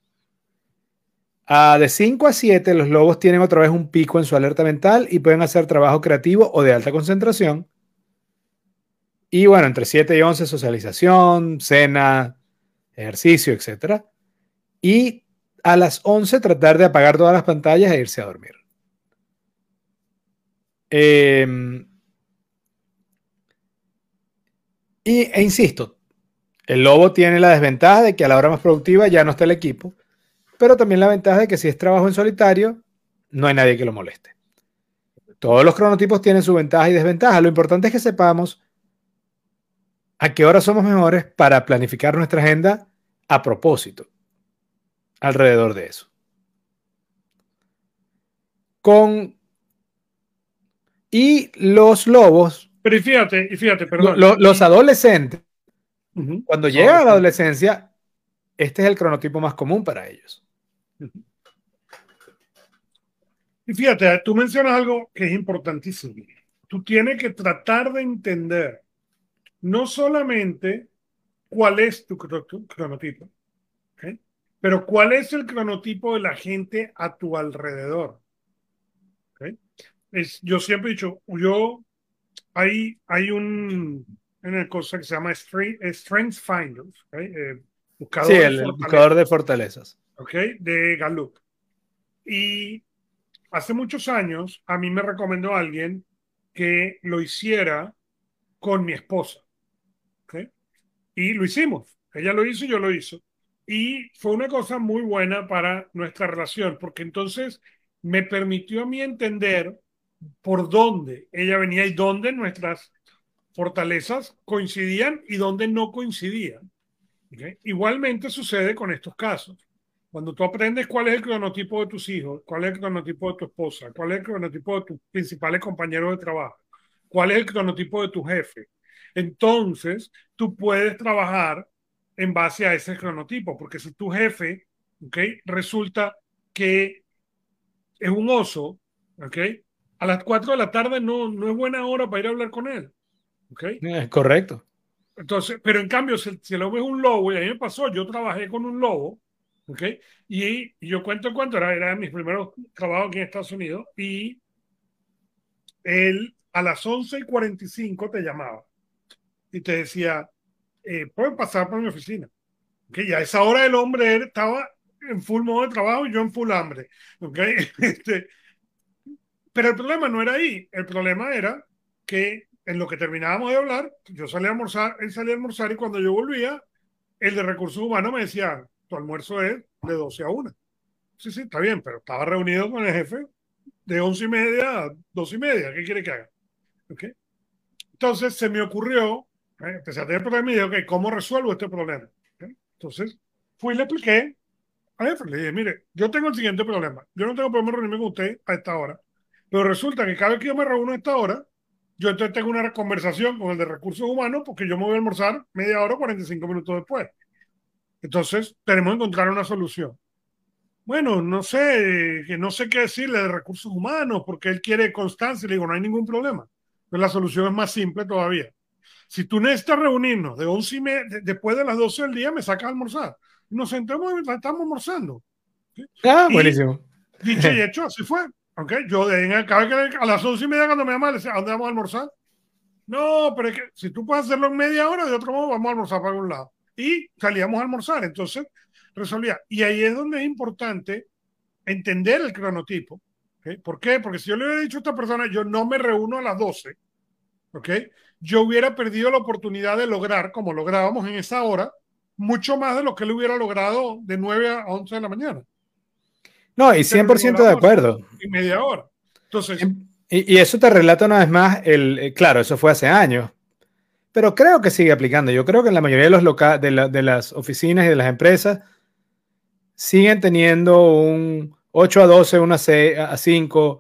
Speaker 1: De 5 a 7, los lobos tienen otra vez un pico en su alerta mental y pueden hacer trabajo creativo o de alta concentración. Y bueno, entre 7 y 11, socialización, cena, ejercicio, etc. Y a las 11, tratar de apagar todas las pantallas e irse a dormir. Insisto, el lobo tiene la desventaja de que a la hora más productiva ya no está el equipo, pero también la ventaja de que si es trabajo en solitario, no hay nadie que lo moleste. Todos los cronotipos tienen su ventaja y desventaja. Lo importante es que sepamos a qué hora somos mejores para planificar nuestra agenda a propósito, alrededor de eso. Y los lobos,
Speaker 2: Pero y fíjate, perdón.
Speaker 1: los adolescentes, cuando llegan a la
Speaker 2: Adolescente.
Speaker 1: adolescencia, este es el cronotipo más común para ellos.
Speaker 2: Y fíjate, tú mencionas algo que es importantísimo. Tú tienes que tratar de entender no solamente cuál es tu cronotipo, ¿ok? Pero cuál es el cronotipo de la gente a tu alrededor. ¿Ok? Yo siempre he dicho, hay una cosa que se llama Strength Finders, ¿ok?
Speaker 1: Sí,
Speaker 2: Buscador de
Speaker 1: el buscador
Speaker 2: fortalezas,
Speaker 1: de fortalezas.
Speaker 2: ¿ok? De Gallup. Y hace muchos años a mí me recomendó alguien que lo hiciera con mi esposa, ¿ok? Y lo hicimos. Ella lo hizo y yo lo hice. Y fue una cosa muy buena para nuestra relación, porque entonces me permitió a mí entender por dónde ella venía y dónde nuestras fortalezas coincidían y dónde no coincidían. ¿Okay? Igualmente sucede con estos casos. Cuando tú aprendes cuál es el cronotipo de tus hijos, cuál es el cronotipo de tu esposa, cuál es el cronotipo de tus principales compañeros de trabajo, cuál es el cronotipo de tu jefe, entonces tú puedes trabajar en base a ese cronotipo, porque si tu jefe, ¿okay? Resulta que es un oso, ¿okay? A las 4 de la tarde no es buena hora para ir a hablar con él. ¿ok?
Speaker 1: Correcto.
Speaker 2: Entonces, pero en cambio, si el lobo es un lobo, y a mí me pasó, yo trabajé con un lobo, ¿ok? Y yo cuento el cuento, era de mis primeros trabajos aquí en Estados Unidos, y él a las 11:45 te llamaba y te decía, pueden pasar por mi oficina. Que ya a esa hora el hombre él estaba en full modo de trabajo y yo en full hambre. ¿Okay? Pero el problema no era ahí. El problema era que en lo que terminábamos de hablar, yo salía a almorzar, él salía a almorzar y cuando yo volvía, el de recursos humanos me decía, tu almuerzo es de 12 a 1. Sí, sí, está bien, pero estaba reunido con el jefe de 11:30 a 2:30. ¿Qué quiere que haga? ¿Okay? Entonces se me ocurrió, empecé a tener problemas y dije, ok, ¿cómo resuelvo este problema? ¿Okay? Entonces fui y le expliqué a jefe, le dije, mire, yo tengo el siguiente problema. Yo no tengo problema reunirme con usted a esta hora, pero resulta que cada vez que yo me reúno a esta hora, yo entonces tengo una conversación con el de recursos humanos porque yo me voy a almorzar media hora o 45 minutos después. Entonces, tenemos que encontrar una solución. Bueno, no sé, que no sé qué decirle de recursos humanos porque él quiere constancia. Le digo, no hay ningún problema. Pero la solución es más simple todavía. Si tú necesitas reunirnos de 11:30, después de las 12 del día, me sacas a almorzar. Nos sentamos y estamos almorzando. ¿Sí?
Speaker 1: Ah,
Speaker 2: Y
Speaker 1: buenísimo.
Speaker 2: dicho y hecho, así fue. Okay. Yo a las 11:30 cuando me llama, le decía, ¿a dónde vamos a almorzar? No, pero es que si tú puedes hacerlo en media hora, de otro modo vamos a almorzar para algún lado. Y salíamos a almorzar, entonces resolvía. Y ahí es donde es importante entender el cronotipo. ¿Okay? ¿Por qué? Porque si yo le hubiera dicho a esta persona, yo no me reúno a las 12, ¿okay? Yo hubiera perdido la oportunidad de lograr, como lográbamos en esa hora, mucho más de lo que él hubiera logrado de 9 a 11 de la mañana.
Speaker 1: No, y
Speaker 2: Pero lo
Speaker 1: 100% de
Speaker 2: logramos
Speaker 1: acuerdo.
Speaker 2: en media hora. Entonces,
Speaker 1: Y eso te relata una vez más, claro, eso fue hace años, pero creo que sigue aplicando. Yo creo que en la mayoría de, de las oficinas y de las empresas siguen teniendo un 8 a 12, una 6 a 5.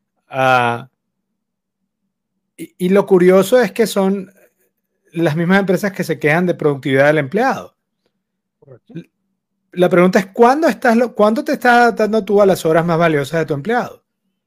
Speaker 1: Y lo curioso es que son las mismas empresas que se quejan de productividad del empleado.
Speaker 2: correcto.
Speaker 1: La pregunta es, ¿cuándo te estás adaptando tú a las horas más valiosas de tu empleado?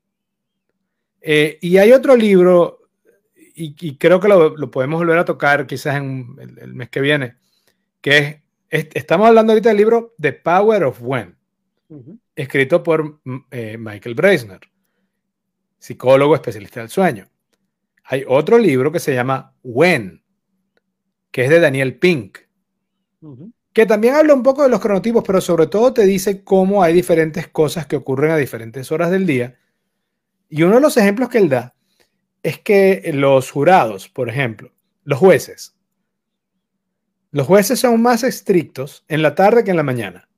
Speaker 1: Y hay otro libro, y creo que lo podemos volver a tocar quizás en el mes que viene, que estamos hablando ahorita del libro The Power of When, escrito por Michael Breisner, psicólogo especialista del sueño. Hay otro libro que se llama When, que es de Daniel Pink, que también habla un poco de los cronotipos, pero sobre todo te dice cómo hay diferentes cosas que ocurren a diferentes horas del día. Y uno de los ejemplos que él da es que los jurados, por ejemplo, los jueces son más estrictos en la tarde que en la mañana.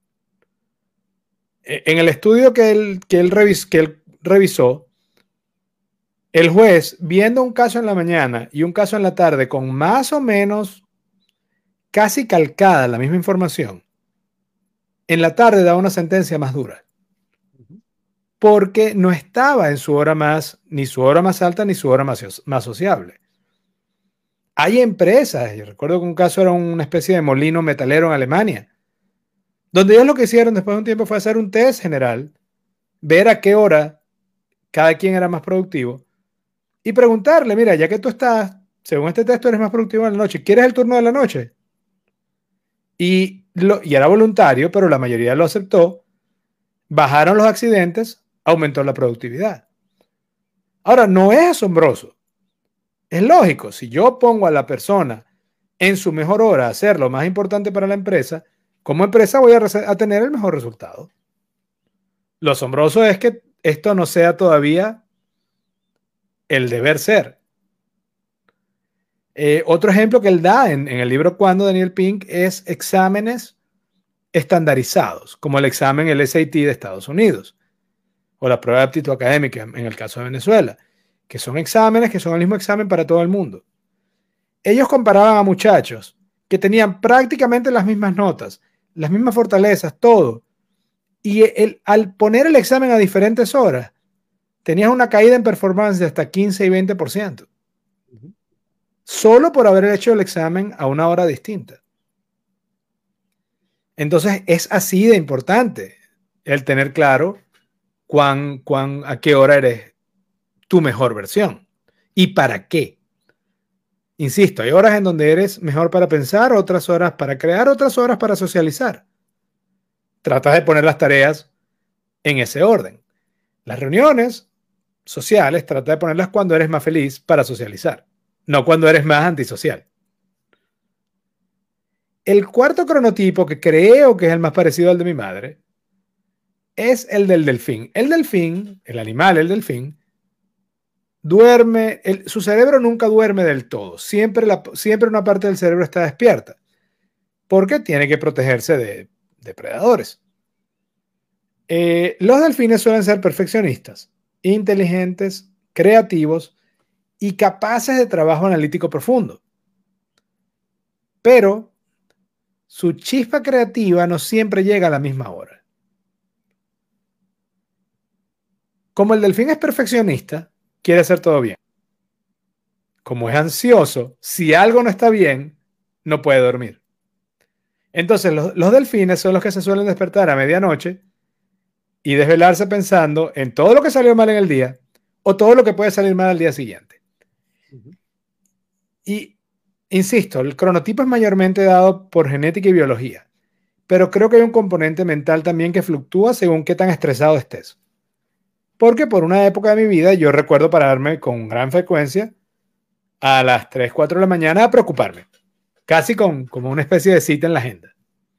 Speaker 1: En el estudio que él revisó, el juez, viendo un caso en la mañana y un caso en la tarde con más o menos casi calcada la misma información, en la tarde da una sentencia más dura, porque no estaba en su hora más, ni su hora más alta, ni su hora más sociable. Hay empresas, yo recuerdo que un caso era una especie de molino metalero en Alemania, donde ellos lo que hicieron después de un tiempo fue hacer un test general, ver a qué hora cada quien era más productivo y preguntarle, mira, ya que tú estás, según este texto, eres más productivo en la noche, ¿quieres el turno de la noche? Y era voluntario, pero la mayoría lo aceptó. Bajaron los accidentes, aumentó la productividad. Ahora, no es asombroso. Es lógico, si yo pongo a la persona en su mejor hora a hacer lo más importante para la empresa, como empresa voy a tener el mejor resultado. Lo asombroso es que esto no sea todavía el deber ser. Otro ejemplo que él da en el libro Cuando, Daniel Pink, es exámenes estandarizados, como el examen, el SAT de Estados Unidos, o la prueba de aptitud académica en el caso de Venezuela, que son exámenes que son el mismo examen para todo el mundo. Ellos comparaban a muchachos que tenían prácticamente las mismas notas, las mismas fortalezas, todo, y al poner el examen a diferentes horas, tenías una caída en performance de hasta 15 y 20%, solo por haber hecho el examen a una hora distinta. Entonces es así de importante el tener claro a qué hora eres tu mejor versión y para qué. Insisto, hay horas en donde eres mejor para pensar, otras horas para crear, otras horas para socializar. Tratas de poner las tareas en ese orden. Las reuniones sociales, trata de ponerlas cuando eres más feliz para socializar, no cuando eres más antisocial. El cuarto cronotipo, que creo que es el más parecido al de mi madre, es el del delfín. El delfín, el animal, el delfín, duerme, su cerebro nunca duerme del todo. Siempre una parte del cerebro está despierta, porque tiene que protegerse de depredadores. Los delfines suelen ser perfeccionistas, inteligentes, creativos y capaces de trabajo analítico profundo. Pero su chispa creativa no siempre llega a la misma hora. Como el delfín es perfeccionista, quiere hacer todo bien. Como es ansioso, si algo no está bien, no puede dormir. Entonces los delfines son los que se suelen despertar a medianoche y desvelarse pensando en todo lo que salió mal en el día o todo lo que puede salir mal al día siguiente. Y insisto, el cronotipo es mayormente dado por genética y biología, pero creo que hay un componente mental también que fluctúa según qué tan estresado estés. Porque por una época de mi vida yo recuerdo pararme con gran frecuencia a las 3, 4 de la mañana a preocuparme, casi como una especie de cita en la agenda.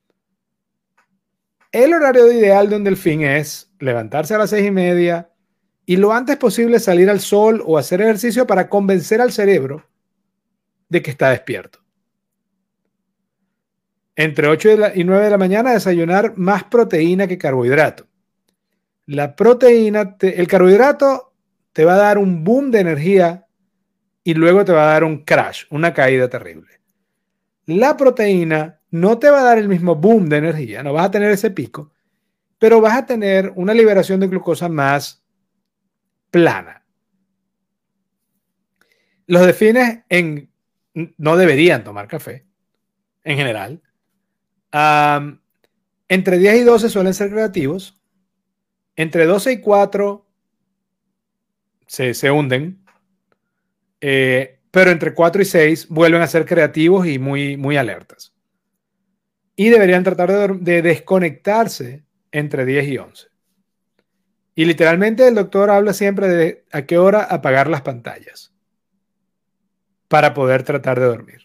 Speaker 1: El horario ideal de un delfín es levantarse a las 6:30 y lo antes posible salir al sol o hacer ejercicio para convencer al cerebro de que está despierto. Entre 8 y 9 de la mañana desayunar más proteína que carbohidrato. La proteína, el carbohidrato te va a dar un boom de energía y luego te va a dar un crash, una caída terrible. La proteína no te va a dar el mismo boom de energía, no vas a tener ese pico, pero vas a tener una liberación de glucosa más plana. Los delfines no deberían tomar café, en general. Entre 10 y 12 suelen ser creativos. Entre 12 y 4 se hunden. Pero entre 4 y 6 vuelven a ser creativos y muy, muy alertas. Y deberían tratar de desconectarse entre 10 y 11. Y literalmente el doctor habla siempre de a qué hora apagar las pantallas para poder tratar de dormir.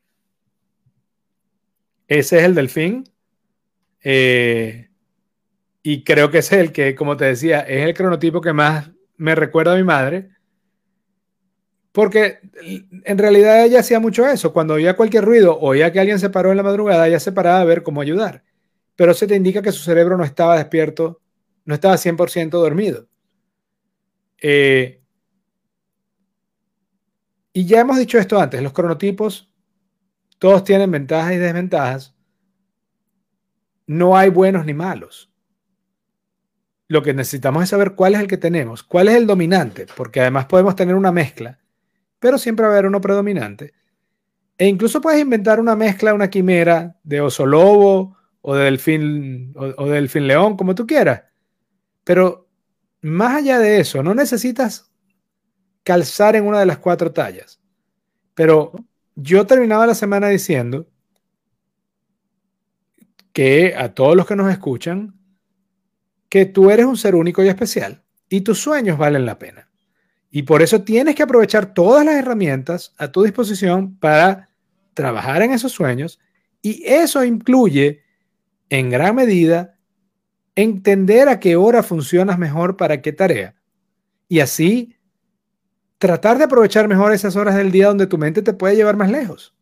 Speaker 1: Ese es el delfín. Y creo que ese es el que, como te decía, es el cronotipo que más me recuerda a mi madre. Porque en realidad ella hacía mucho eso. Cuando oía cualquier ruido, oía que alguien se paró en la madrugada, ella se paraba a ver cómo ayudar. Pero eso te indica que su cerebro no estaba despierto, no estaba 100% dormido. Y ya hemos dicho esto antes, los cronotipos, todos tienen ventajas y desventajas. No hay buenos ni malos. Lo que necesitamos es saber cuál es el que tenemos, cuál es el dominante, porque además podemos tener una mezcla, pero siempre va a haber uno predominante. E incluso puedes inventar una mezcla, una quimera de oso lobo o de delfín, o de delfín león, como tú quieras. Pero más allá de eso, no necesitas calzar en una de las 4 tallas. Pero yo terminaba la semana diciendo que a todos los que nos escuchan, que tú eres un ser único y especial y tus sueños valen la pena. Y por eso tienes que aprovechar todas las herramientas a tu disposición para trabajar en esos sueños, y eso incluye en gran medida entender a qué hora funcionas mejor para qué tarea y así tratar de aprovechar mejor esas horas del día donde tu mente te puede llevar más lejos.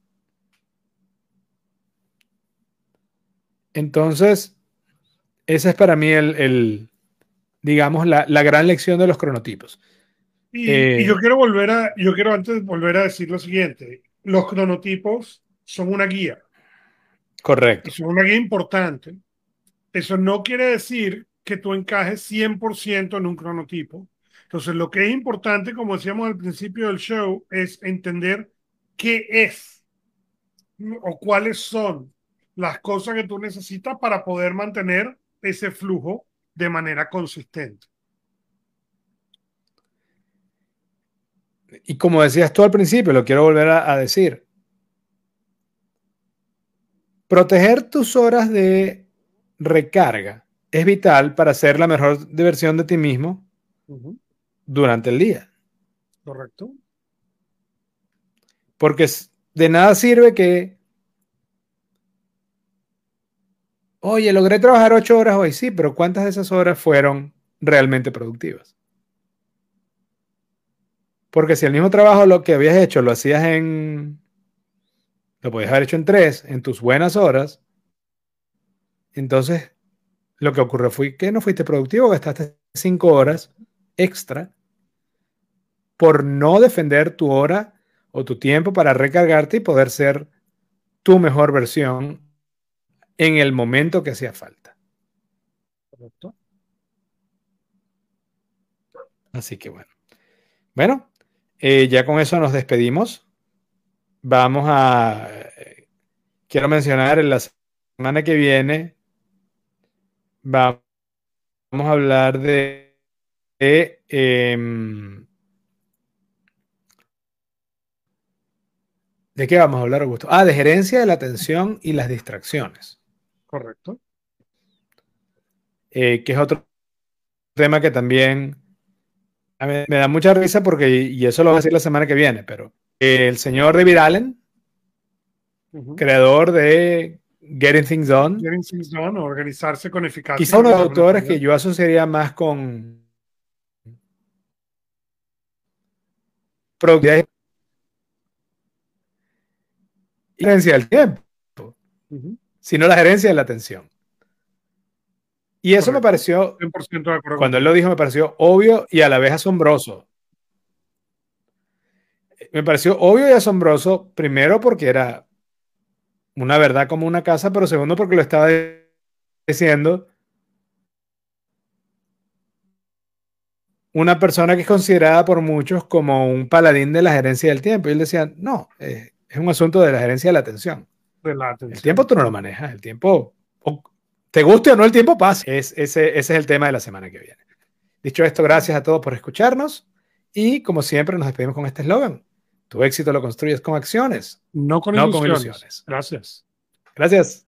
Speaker 1: Entonces, esa es para mí digamos, la gran lección de los cronotipos.
Speaker 2: Y yo quiero antes volver a decir lo siguiente. Los cronotipos son una guía y
Speaker 1: Correcto.
Speaker 2: son una guía importante. Eso no quiere decir que tú encajes 100% en un cronotipo. Entonces, lo que es importante, como decíamos al principio del show, es entender qué es o cuáles son las cosas que tú necesitas para poder mantener ese flujo de manera consistente.
Speaker 1: Y como decías tú al principio, lo quiero volver a decir, proteger tus horas de recarga es vital para hacer la mejor versión de ti mismo durante el día.
Speaker 2: Correcto.
Speaker 1: Porque de nada sirve que, oye, logré trabajar 8 horas hoy, sí, pero ¿cuántas de esas horas fueron realmente productivas? Porque si el mismo trabajo lo que habías hecho lo hacías lo podías haber hecho en 3, en tus buenas horas, entonces lo que ocurrió fue que no fuiste productivo, gastaste 5 horas extra por no defender tu hora o tu tiempo para recargarte y poder ser tu mejor versión en el momento que hacía falta.
Speaker 2: Correcto.
Speaker 1: Así que bueno. Bueno, ya con eso nos despedimos. Vamos a... quiero mencionar en la semana que viene vamos a hablar ¿de qué vamos a hablar, Augusto? De gerencia de la atención y las distracciones.
Speaker 2: Correcto.
Speaker 1: Que es otro tema que también a mí me da mucha risa porque, y eso lo voy a decir la semana que viene, pero el señor David Allen, creador de Getting Things Done,
Speaker 2: Getting Things Done, organizarse con eficacia.
Speaker 1: Quizá uno de los autores que yo asociaría más con productividad y gerencia del tiempo, sino la gerencia de la atención. Y eso me pareció,
Speaker 2: 100% de acuerdo
Speaker 1: cuando él lo dijo, me pareció obvio y a la vez asombroso. Me pareció obvio y asombroso, primero porque era una verdad como una casa, pero segundo porque lo estaba diciendo una persona que es considerada por muchos como un paladín de la gerencia del tiempo. Y él decía, no, es un asunto de la gerencia de la atención. El tiempo tú no lo manejas, el tiempo, te guste o no, el tiempo pasa. Ese es el tema de la semana que viene. Dicho esto, gracias a todos por escucharnos y como siempre nos despedimos con este eslogan. Tu éxito lo construyes con acciones,
Speaker 2: no con
Speaker 1: ilusiones.
Speaker 2: Gracias.
Speaker 1: Gracias.